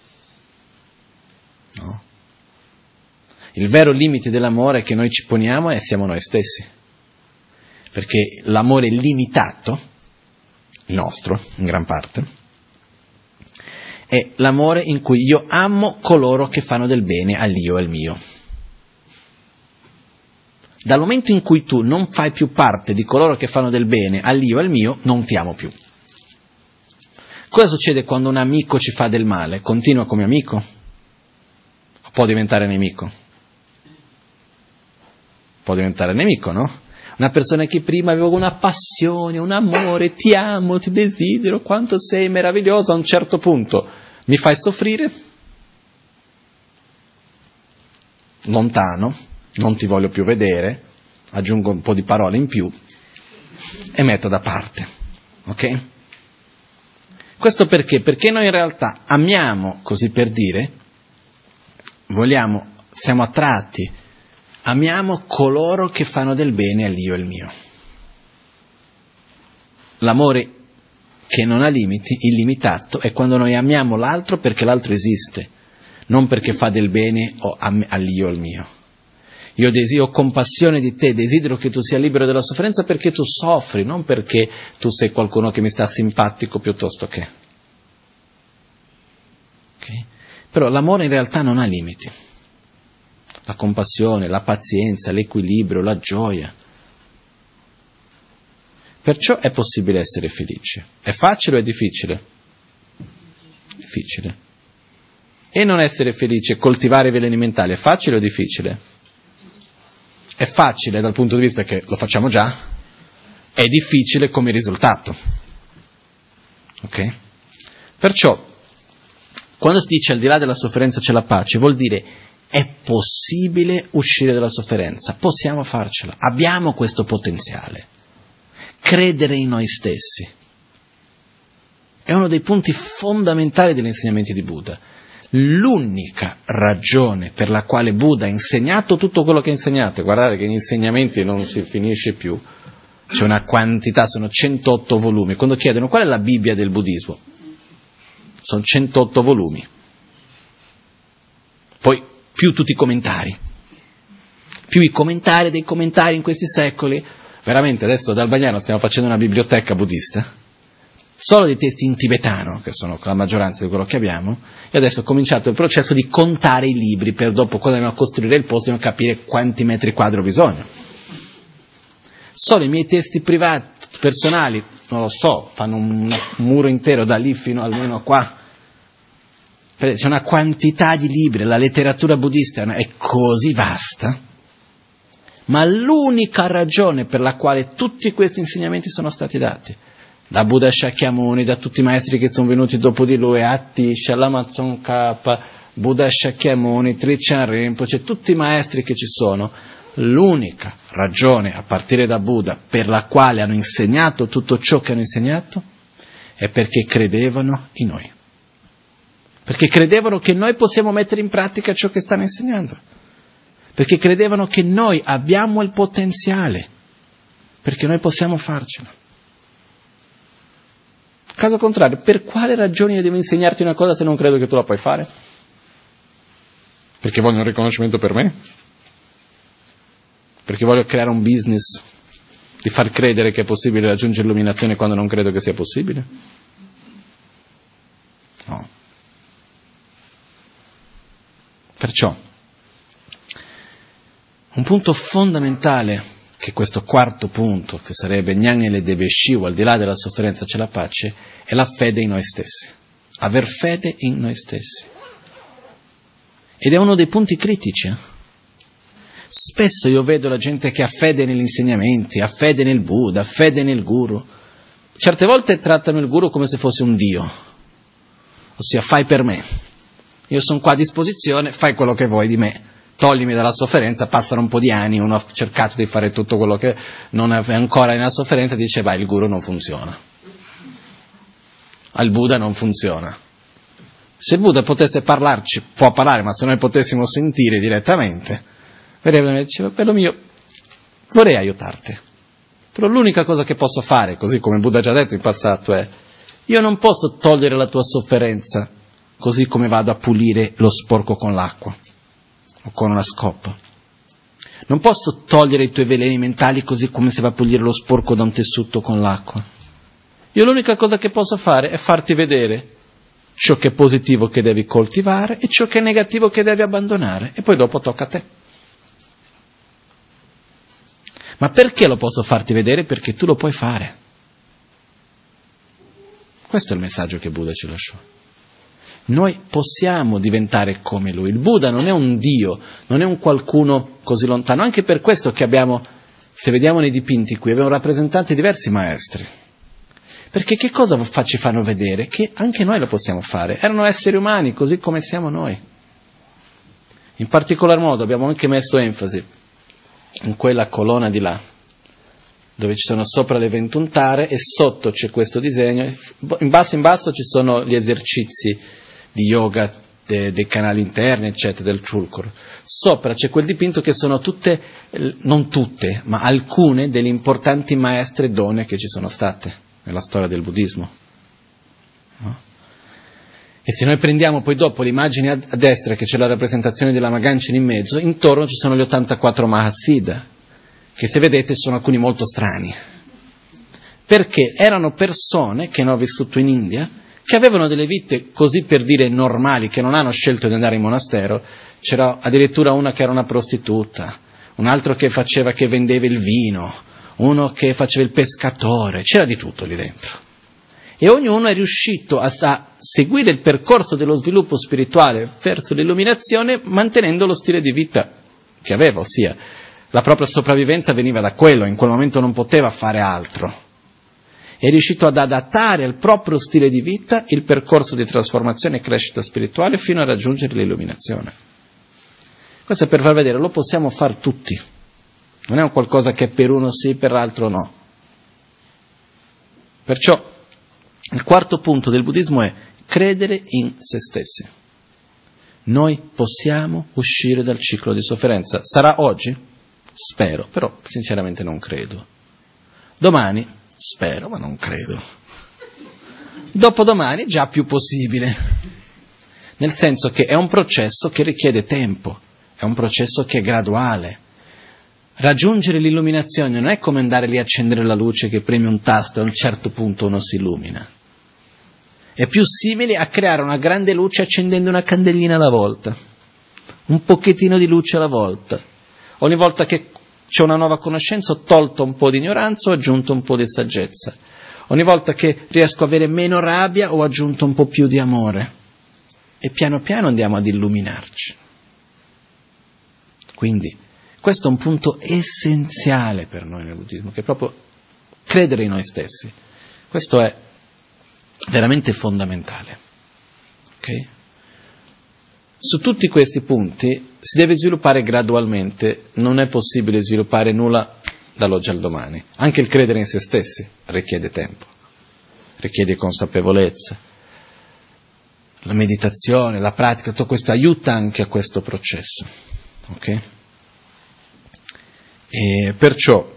Speaker 1: No. Il vero limite dell'amore che noi ci poniamo è siamo noi stessi. Perché l'amore limitato, il nostro, in gran parte, è l'amore in cui io amo coloro che fanno del bene all'io e al mio. Dal momento in cui tu non fai più parte di coloro che fanno del bene all'io e al mio, non ti amo più. Cosa succede quando un amico ci fa del male? Continua come amico? O può diventare nemico? Può diventare nemico, no? Una persona che prima aveva una passione, un amore, ti amo, ti desidero, quanto sei meravigliosa, a un certo punto mi fai soffrire, lontano, non ti voglio più vedere, aggiungo un po' di parole in più e metto da parte, ok? Questo perché? Perché noi in realtà amiamo, così per dire, vogliamo, siamo attratti, amiamo coloro che fanno del bene all'io e al mio. L'amore che non ha limiti, illimitato, è quando noi amiamo l'altro perché l'altro esiste, non perché fa del bene o all'io e al mio. Io desidero compassione di te, desidero che tu sia libero dalla sofferenza perché tu soffri, non perché tu sei qualcuno che mi sta simpatico piuttosto che. Okay? Però l'amore in realtà non ha limiti. La compassione, la pazienza, l'equilibrio, la gioia. Perciò è possibile essere felici. È facile o è difficile? Difficile. E non essere felice, coltivare i veleni mentali, è facile o difficile? È facile dal punto di vista che lo facciamo già, è difficile come risultato. Ok? Perciò, quando si dice al di là della sofferenza c'è la pace, vuol dire è possibile uscire dalla sofferenza, possiamo farcela, abbiamo questo potenziale. Credere in noi stessi è uno dei punti fondamentali degli insegnamenti di Buddha. L'unica ragione per la quale Buddha ha insegnato tutto quello che ha insegnato, guardate che gli insegnamenti non si finisce più, c'è una quantità, sono centootto volumi. Quando chiedono qual è la Bibbia del buddismo, sono centootto volumi. Poi più tutti i commentari, più i commentari dei commentari in questi secoli. Veramente adesso dal Bagnano stiamo facendo una biblioteca buddista, solo di testi in tibetano, che sono la maggioranza di quello che abbiamo, e adesso è cominciato il processo di contare i libri, per dopo, quando andiamo a costruire il posto, dobbiamo capire quanti metri quadri ho bisogno. Solo i miei testi privati, personali, non lo so, fanno un muro intero da lì fino almeno a qua. C'è una quantità di libri, la letteratura buddista è così vasta, ma l'unica ragione per la quale tutti questi insegnamenti sono stati dati, da Buddha Shakyamuni, da tutti i maestri che sono venuti dopo di lui, Atisha, Lama Tsongkhapa, Buddha Shakyamuni, Trijang Rinpoche, tutti i maestri che ci sono, l'unica ragione a partire da Buddha per la quale hanno insegnato tutto ciò che hanno insegnato è perché credevano in noi. Perché credevano che noi possiamo mettere in pratica ciò che stanno insegnando. Perché credevano che noi abbiamo il potenziale, perché noi possiamo farcelo. Caso contrario, per quale ragione io devo insegnarti una cosa se non credo che tu la puoi fare? Perché voglio un riconoscimento per me? Perché voglio creare un business di far credere che è possibile raggiungere l'illuminazione quando non credo che sia possibile? No. Perciò, un punto fondamentale, che questo quarto punto, che sarebbe Gnanele Deve Shiva, al di là della sofferenza c'è la pace, è la fede in noi stessi. Aver fede in noi stessi. Ed è uno dei punti critici. Eh? Spesso io vedo la gente che ha fede negli insegnamenti, ha fede nel Buddha, ha fede nel guru. Certe volte trattano il guru come se fosse un dio. Ossia, fai per me. Io sono qua a disposizione, fai quello che vuoi di me. Toglimi dalla sofferenza, passano un po' di anni, uno ha cercato di fare tutto quello che non è ancora nella sofferenza e dice, vai, il guru non funziona. Al Buddha non funziona. Se il Buddha potesse parlarci, può parlare, ma se noi potessimo sentire direttamente, vedrebbe e diceva, bello mio, vorrei aiutarti. Però l'unica cosa che posso fare, così come il Buddha ha già detto in passato, è, io non posso togliere la tua sofferenza, così come vado a pulire lo sporco con l'acqua. O con una scoppa. Non posso togliere i tuoi veleni mentali così come si va a pulire lo sporco da un tessuto con l'acqua. Io l'unica cosa che posso fare è farti vedere ciò che è positivo che devi coltivare e ciò che è negativo che devi abbandonare, e poi dopo tocca a te. Ma perché lo posso farti vedere? Perché tu lo puoi fare. Questo è il messaggio che Buddha ci lasciò. Noi possiamo diventare come lui. Il Buddha non è un Dio, non è un qualcuno così lontano. Anche per questo che abbiamo, se vediamo nei dipinti qui, abbiamo rappresentanti diversi maestri. Perché che cosa ci fanno vedere? Che anche noi lo possiamo fare. Erano esseri umani, così come siamo noi. In particolar modo abbiamo anche messo enfasi in quella colonna di là, dove ci sono sopra le ventuno tare e sotto c'è questo disegno. In basso in basso ci sono gli esercizi di yoga de, dei canali interni, eccetera, del Chulkur. Sopra c'è quel dipinto che sono tutte, non tutte, ma alcune delle importanti maestre donne che ci sono state nella storia del buddismo. No? E se noi prendiamo poi dopo l'immagine a, a destra, che c'è la rappresentazione della Maganchen in mezzo, intorno ci sono gli ottantaquattro Mahasiddha, che se vedete sono alcuni molto strani. Perché erano persone che hanno vissuto in India, che avevano delle vite così per dire normali, che non hanno scelto di andare in monastero. C'era addirittura una che era una prostituta, un altro che faceva, che vendeva il vino, uno che faceva il pescatore, c'era di tutto lì dentro. E ognuno è riuscito a, a seguire il percorso dello sviluppo spirituale verso l'illuminazione, mantenendo lo stile di vita che aveva, ossia la propria sopravvivenza veniva da quello, in quel momento non poteva fare altro. È riuscito ad adattare al proprio stile di vita il percorso di trasformazione e crescita spirituale fino a raggiungere l'illuminazione. Questo è per far vedere, lo possiamo fare tutti. Non è un qualcosa che per uno sì, per l'altro no. Perciò il quarto punto del buddismo è credere in se stessi. Noi possiamo uscire dal ciclo di sofferenza. Sarà oggi? Spero, però sinceramente non credo. Domani? Spero, ma non credo. Dopodomani già più possibile. Nel senso che è un processo che richiede tempo, è un processo che è graduale. Raggiungere l'illuminazione non è come andare lì a accendere la luce che premi un tasto e a un certo punto uno si illumina. È più simile a creare una grande luce accendendo una candelina alla volta. Un pochettino di luce alla volta. Ogni volta che c'è una nuova conoscenza, ho tolto un po' di ignoranza, ho aggiunto un po' di saggezza. Ogni volta che riesco a avere meno rabbia, ho aggiunto un po' più di amore. E piano piano andiamo ad illuminarci. Quindi, questo è un punto essenziale per noi nel buddismo, che è proprio credere in noi stessi. Questo è veramente fondamentale. Ok? Su tutti questi punti si deve sviluppare gradualmente, non è possibile sviluppare nulla dall'oggi al domani. Anche il credere in se stessi richiede tempo, richiede consapevolezza. La meditazione, la pratica, tutto questo aiuta anche a questo processo. Ok? E perciò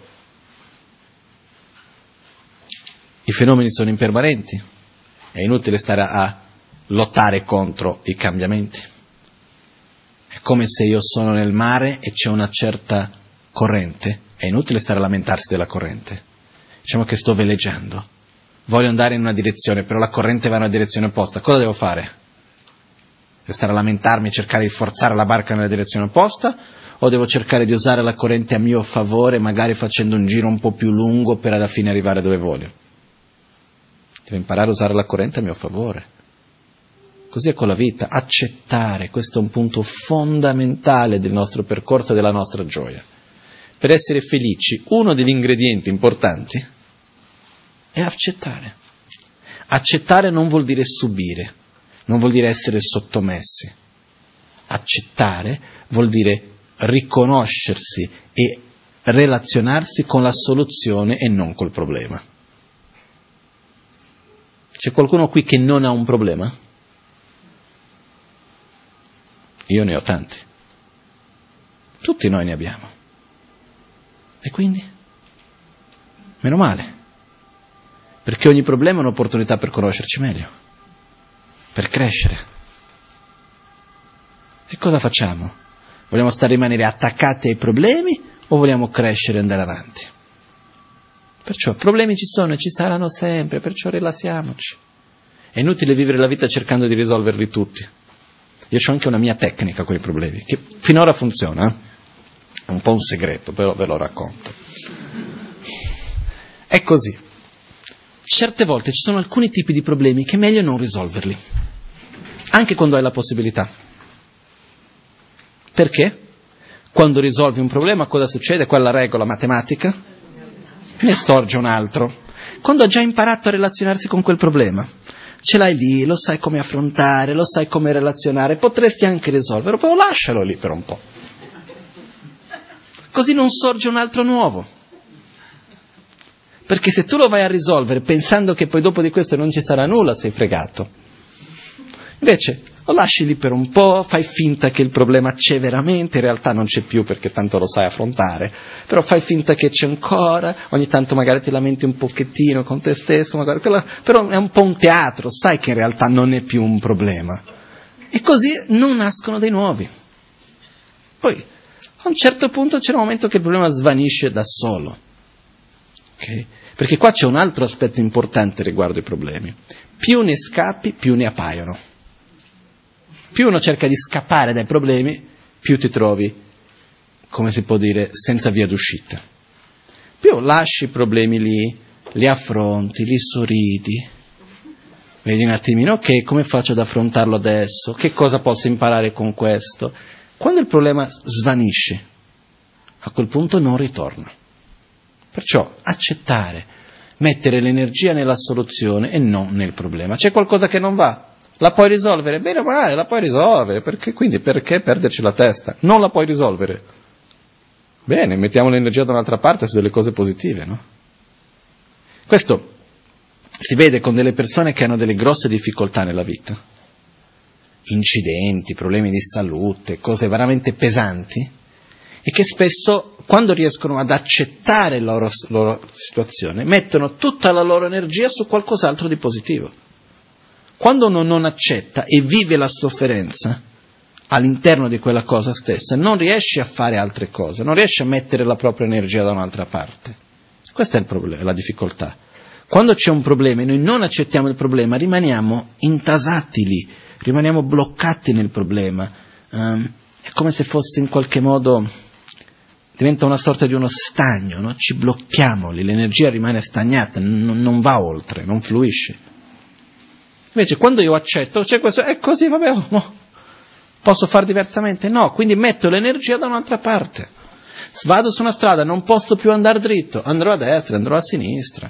Speaker 1: i fenomeni sono impermanenti, è inutile stare a lottare contro i cambiamenti. È come se io sono nel mare e c'è una certa corrente, è inutile stare a lamentarsi della corrente. Diciamo che sto veleggiando, voglio andare in una direzione, però la corrente va in una direzione opposta, cosa devo fare? Devo stare a lamentarmi, cercare di forzare la barca nella direzione opposta, o devo cercare di usare la corrente a mio favore, magari facendo un giro un po' più lungo per alla fine arrivare dove voglio? Devo imparare a usare la corrente a mio favore. Così è con la vita, accettare, questo è un punto fondamentale del nostro percorso e della nostra gioia. Per essere felici, uno degli ingredienti importanti è accettare. Accettare non vuol dire subire, non vuol dire essere sottomessi. Accettare vuol dire riconoscersi e relazionarsi con la soluzione e non col problema. C'è qualcuno qui che non ha un problema? Io ne ho tanti. Tutti noi ne abbiamo. E quindi? Meno male. Perché ogni problema è un'opportunità per conoscerci meglio, per crescere. E cosa facciamo? Vogliamo stare rimanere attaccati ai problemi o vogliamo crescere e andare avanti? Perciò problemi ci sono e ci saranno sempre, perciò rilassiamoci. È inutile vivere la vita cercando di risolverli tutti. Io ho anche una mia tecnica con i problemi, che finora funziona. Eh? È un po' un segreto, però ve lo racconto. È così. Certe volte ci sono alcuni tipi di problemi che è meglio non risolverli, anche quando hai la possibilità. Perché? Quando risolvi un problema cosa succede? Qual è la regola matematica? Ne sorge un altro. Quando ha già imparato a relazionarsi con quel problema, ce l'hai lì, lo sai come affrontare, lo sai come relazionare, potresti anche risolverlo, però lascialo lì per un po'. Così non sorge un altro nuovo. Perché se tu lo vai a risolvere pensando che poi dopo di questo non ci sarà nulla, sei fregato. Invece lo lasci lì per un po', fai finta che il problema c'è veramente, in realtà non c'è più perché tanto lo sai affrontare, però fai finta che c'è ancora, ogni tanto magari ti lamenti un pochettino con te stesso, magari, però è un po' un teatro, sai che in realtà non è più un problema. E così non nascono dei nuovi. Poi a un certo punto c'è un momento che il problema svanisce da solo. Okay? Perché qua c'è un altro aspetto importante riguardo i problemi. Più ne scappi, più ne appaiono. Più uno cerca di scappare dai problemi, più ti trovi, come si può dire, senza via d'uscita. Più lasci i problemi lì, li affronti, li sorridi, vedi un attimino, ok, come faccio ad affrontarlo adesso? Che cosa posso imparare con questo? Quando il problema svanisce, a quel punto non ritorna. Perciò accettare, mettere l'energia nella soluzione e non nel problema. C'è qualcosa che non va? La puoi risolvere? Bene o male, la puoi risolvere, perché quindi perché perderci la testa? Non la puoi risolvere. Bene, mettiamo l'energia da un'altra parte su delle cose positive, no? Questo si vede con delle persone che hanno delle grosse difficoltà nella vita, incidenti, problemi di salute, cose veramente pesanti, e che spesso, quando riescono ad accettare la loro, loro situazione, mettono tutta la loro energia su qualcos'altro di positivo. Quando uno non accetta e vive la sofferenza all'interno di quella cosa stessa, non riesce a fare altre cose, non riesce a mettere la propria energia da un'altra parte. Questa è il problema, la difficoltà. Quando c'è un problema e noi non accettiamo il problema, rimaniamo intasati lì, rimaniamo bloccati nel problema. Um, è come se fosse in qualche modo, diventa una sorta di uno stagno, no? Ci blocchiamo lì, l'energia rimane stagnata, n- non va oltre, non fluisce. Invece quando io accetto, c'è questo, è così, vabbè, oh, no. Posso fare diversamente? No, quindi metto l'energia da un'altra parte. Vado su una strada, non posso più andare dritto, andrò a destra, andrò a sinistra.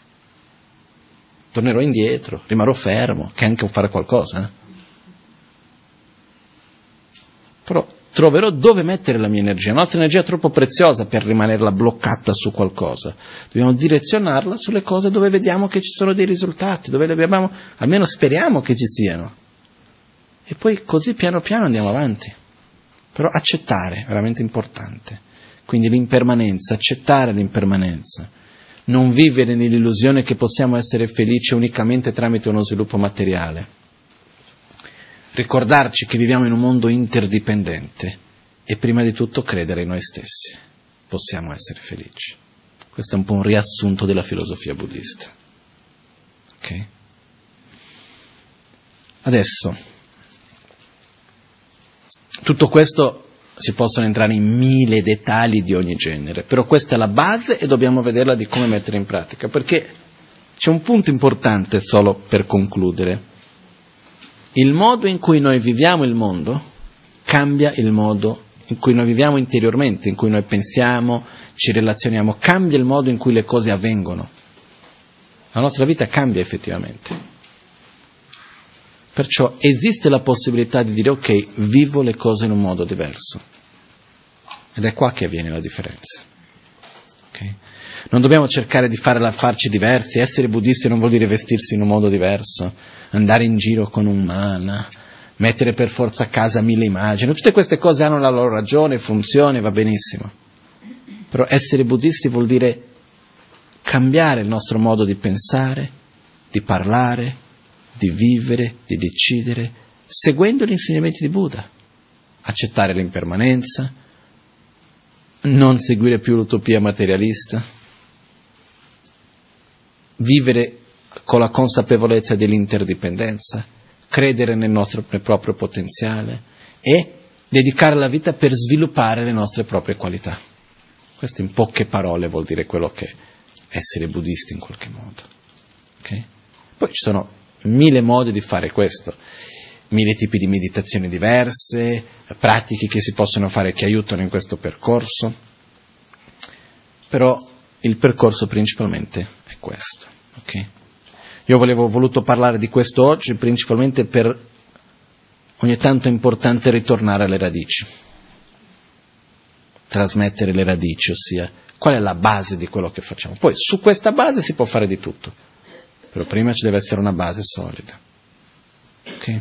Speaker 1: Tornerò indietro, rimarrò fermo, che anche fare qualcosa. Eh? Però troverò dove mettere la mia energia. La nostra energia è troppo preziosa per rimanerla bloccata su qualcosa. Dobbiamo direzionarla sulle cose dove vediamo che ci sono dei risultati, dove le abbiamo, almeno speriamo che ci siano. E poi così piano piano andiamo avanti. Però accettare è veramente importante. Quindi l'impermanenza, accettare l'impermanenza. Non vivere nell'illusione che possiamo essere felici unicamente tramite uno sviluppo materiale. Ricordarci che viviamo in un mondo interdipendente e prima di tutto credere in noi stessi. Possiamo essere felici. Questo è un po' un riassunto della filosofia buddista. Ok? Adesso, tutto questo si possono entrare in mille dettagli di ogni genere, però questa è la base e dobbiamo vederla di come mettere in pratica, perché c'è un punto importante solo per concludere. Il modo in cui noi viviamo il mondo cambia il modo in cui noi viviamo interiormente, in cui noi pensiamo, ci relazioniamo, cambia il modo in cui le cose avvengono. La nostra vita cambia effettivamente. Perciò esiste la possibilità di dire ok, vivo le cose in un modo diverso. Ed è qua che avviene la differenza. Okay? Non dobbiamo cercare di fare la, farci diversi, essere buddisti non vuol dire vestirsi in un modo diverso, andare in giro con un mana, mettere per forza a casa mille immagini, tutte queste cose hanno la loro ragione, funzione, va benissimo. Però essere buddisti vuol dire cambiare il nostro modo di pensare, di parlare, di vivere, di decidere, seguendo gli insegnamenti di Buddha, accettare l'impermanenza, non seguire più l'utopia materialista, vivere con la consapevolezza dell'interdipendenza, credere nel nostro nel proprio potenziale e dedicare la vita per sviluppare le nostre proprie qualità. Questo in poche parole vuol dire quello che è essere buddisti in qualche modo. Okay? Poi ci sono mille modi di fare questo, mille tipi di meditazioni diverse, pratiche che si possono fare che aiutano in questo percorso, però il percorso principalmente è questo. Okay? Io volevo voluto parlare di questo oggi principalmente per ogni tanto è importante ritornare alle radici, trasmettere le radici, ossia qual è la base di quello che facciamo. Poi su questa base si può fare di tutto, però prima ci deve essere una base solida. Ok?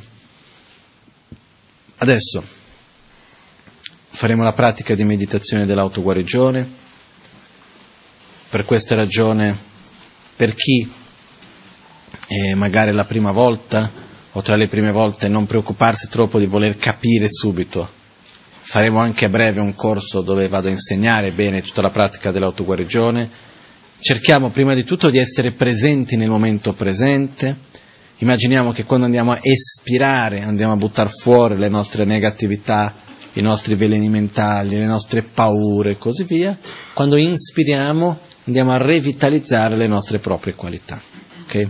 Speaker 1: Adesso faremo la pratica di meditazione dell'autoguarigione. Per questa ragione, per chi è magari la prima volta o tra le prime volte, non preoccuparsi troppo di voler capire subito. Faremo anche a breve un corso dove vado a insegnare bene tutta la pratica dell'autoguarigione. Cerchiamo prima di tutto di essere presenti nel momento presente. Immaginiamo che quando andiamo a espirare, andiamo a buttare fuori le nostre negatività, i nostri veleni mentali, le nostre paure e così via. Quando inspiriamo, andiamo a revitalizzare le nostre proprie qualità. Ok?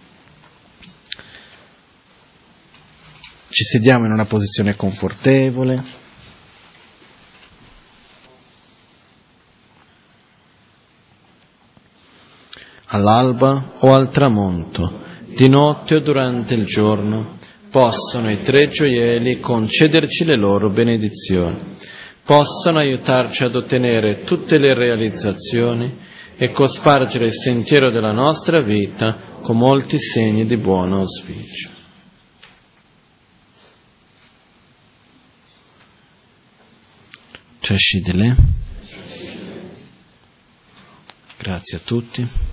Speaker 1: Ci sediamo in una posizione confortevole. All'alba o al tramonto, di notte o durante il giorno, possono i tre gioielli concederci le loro benedizioni, possono aiutarci ad ottenere tutte le realizzazioni e cospargere il sentiero della nostra vita con molti segni di buon auspicio. Grazie a tutti.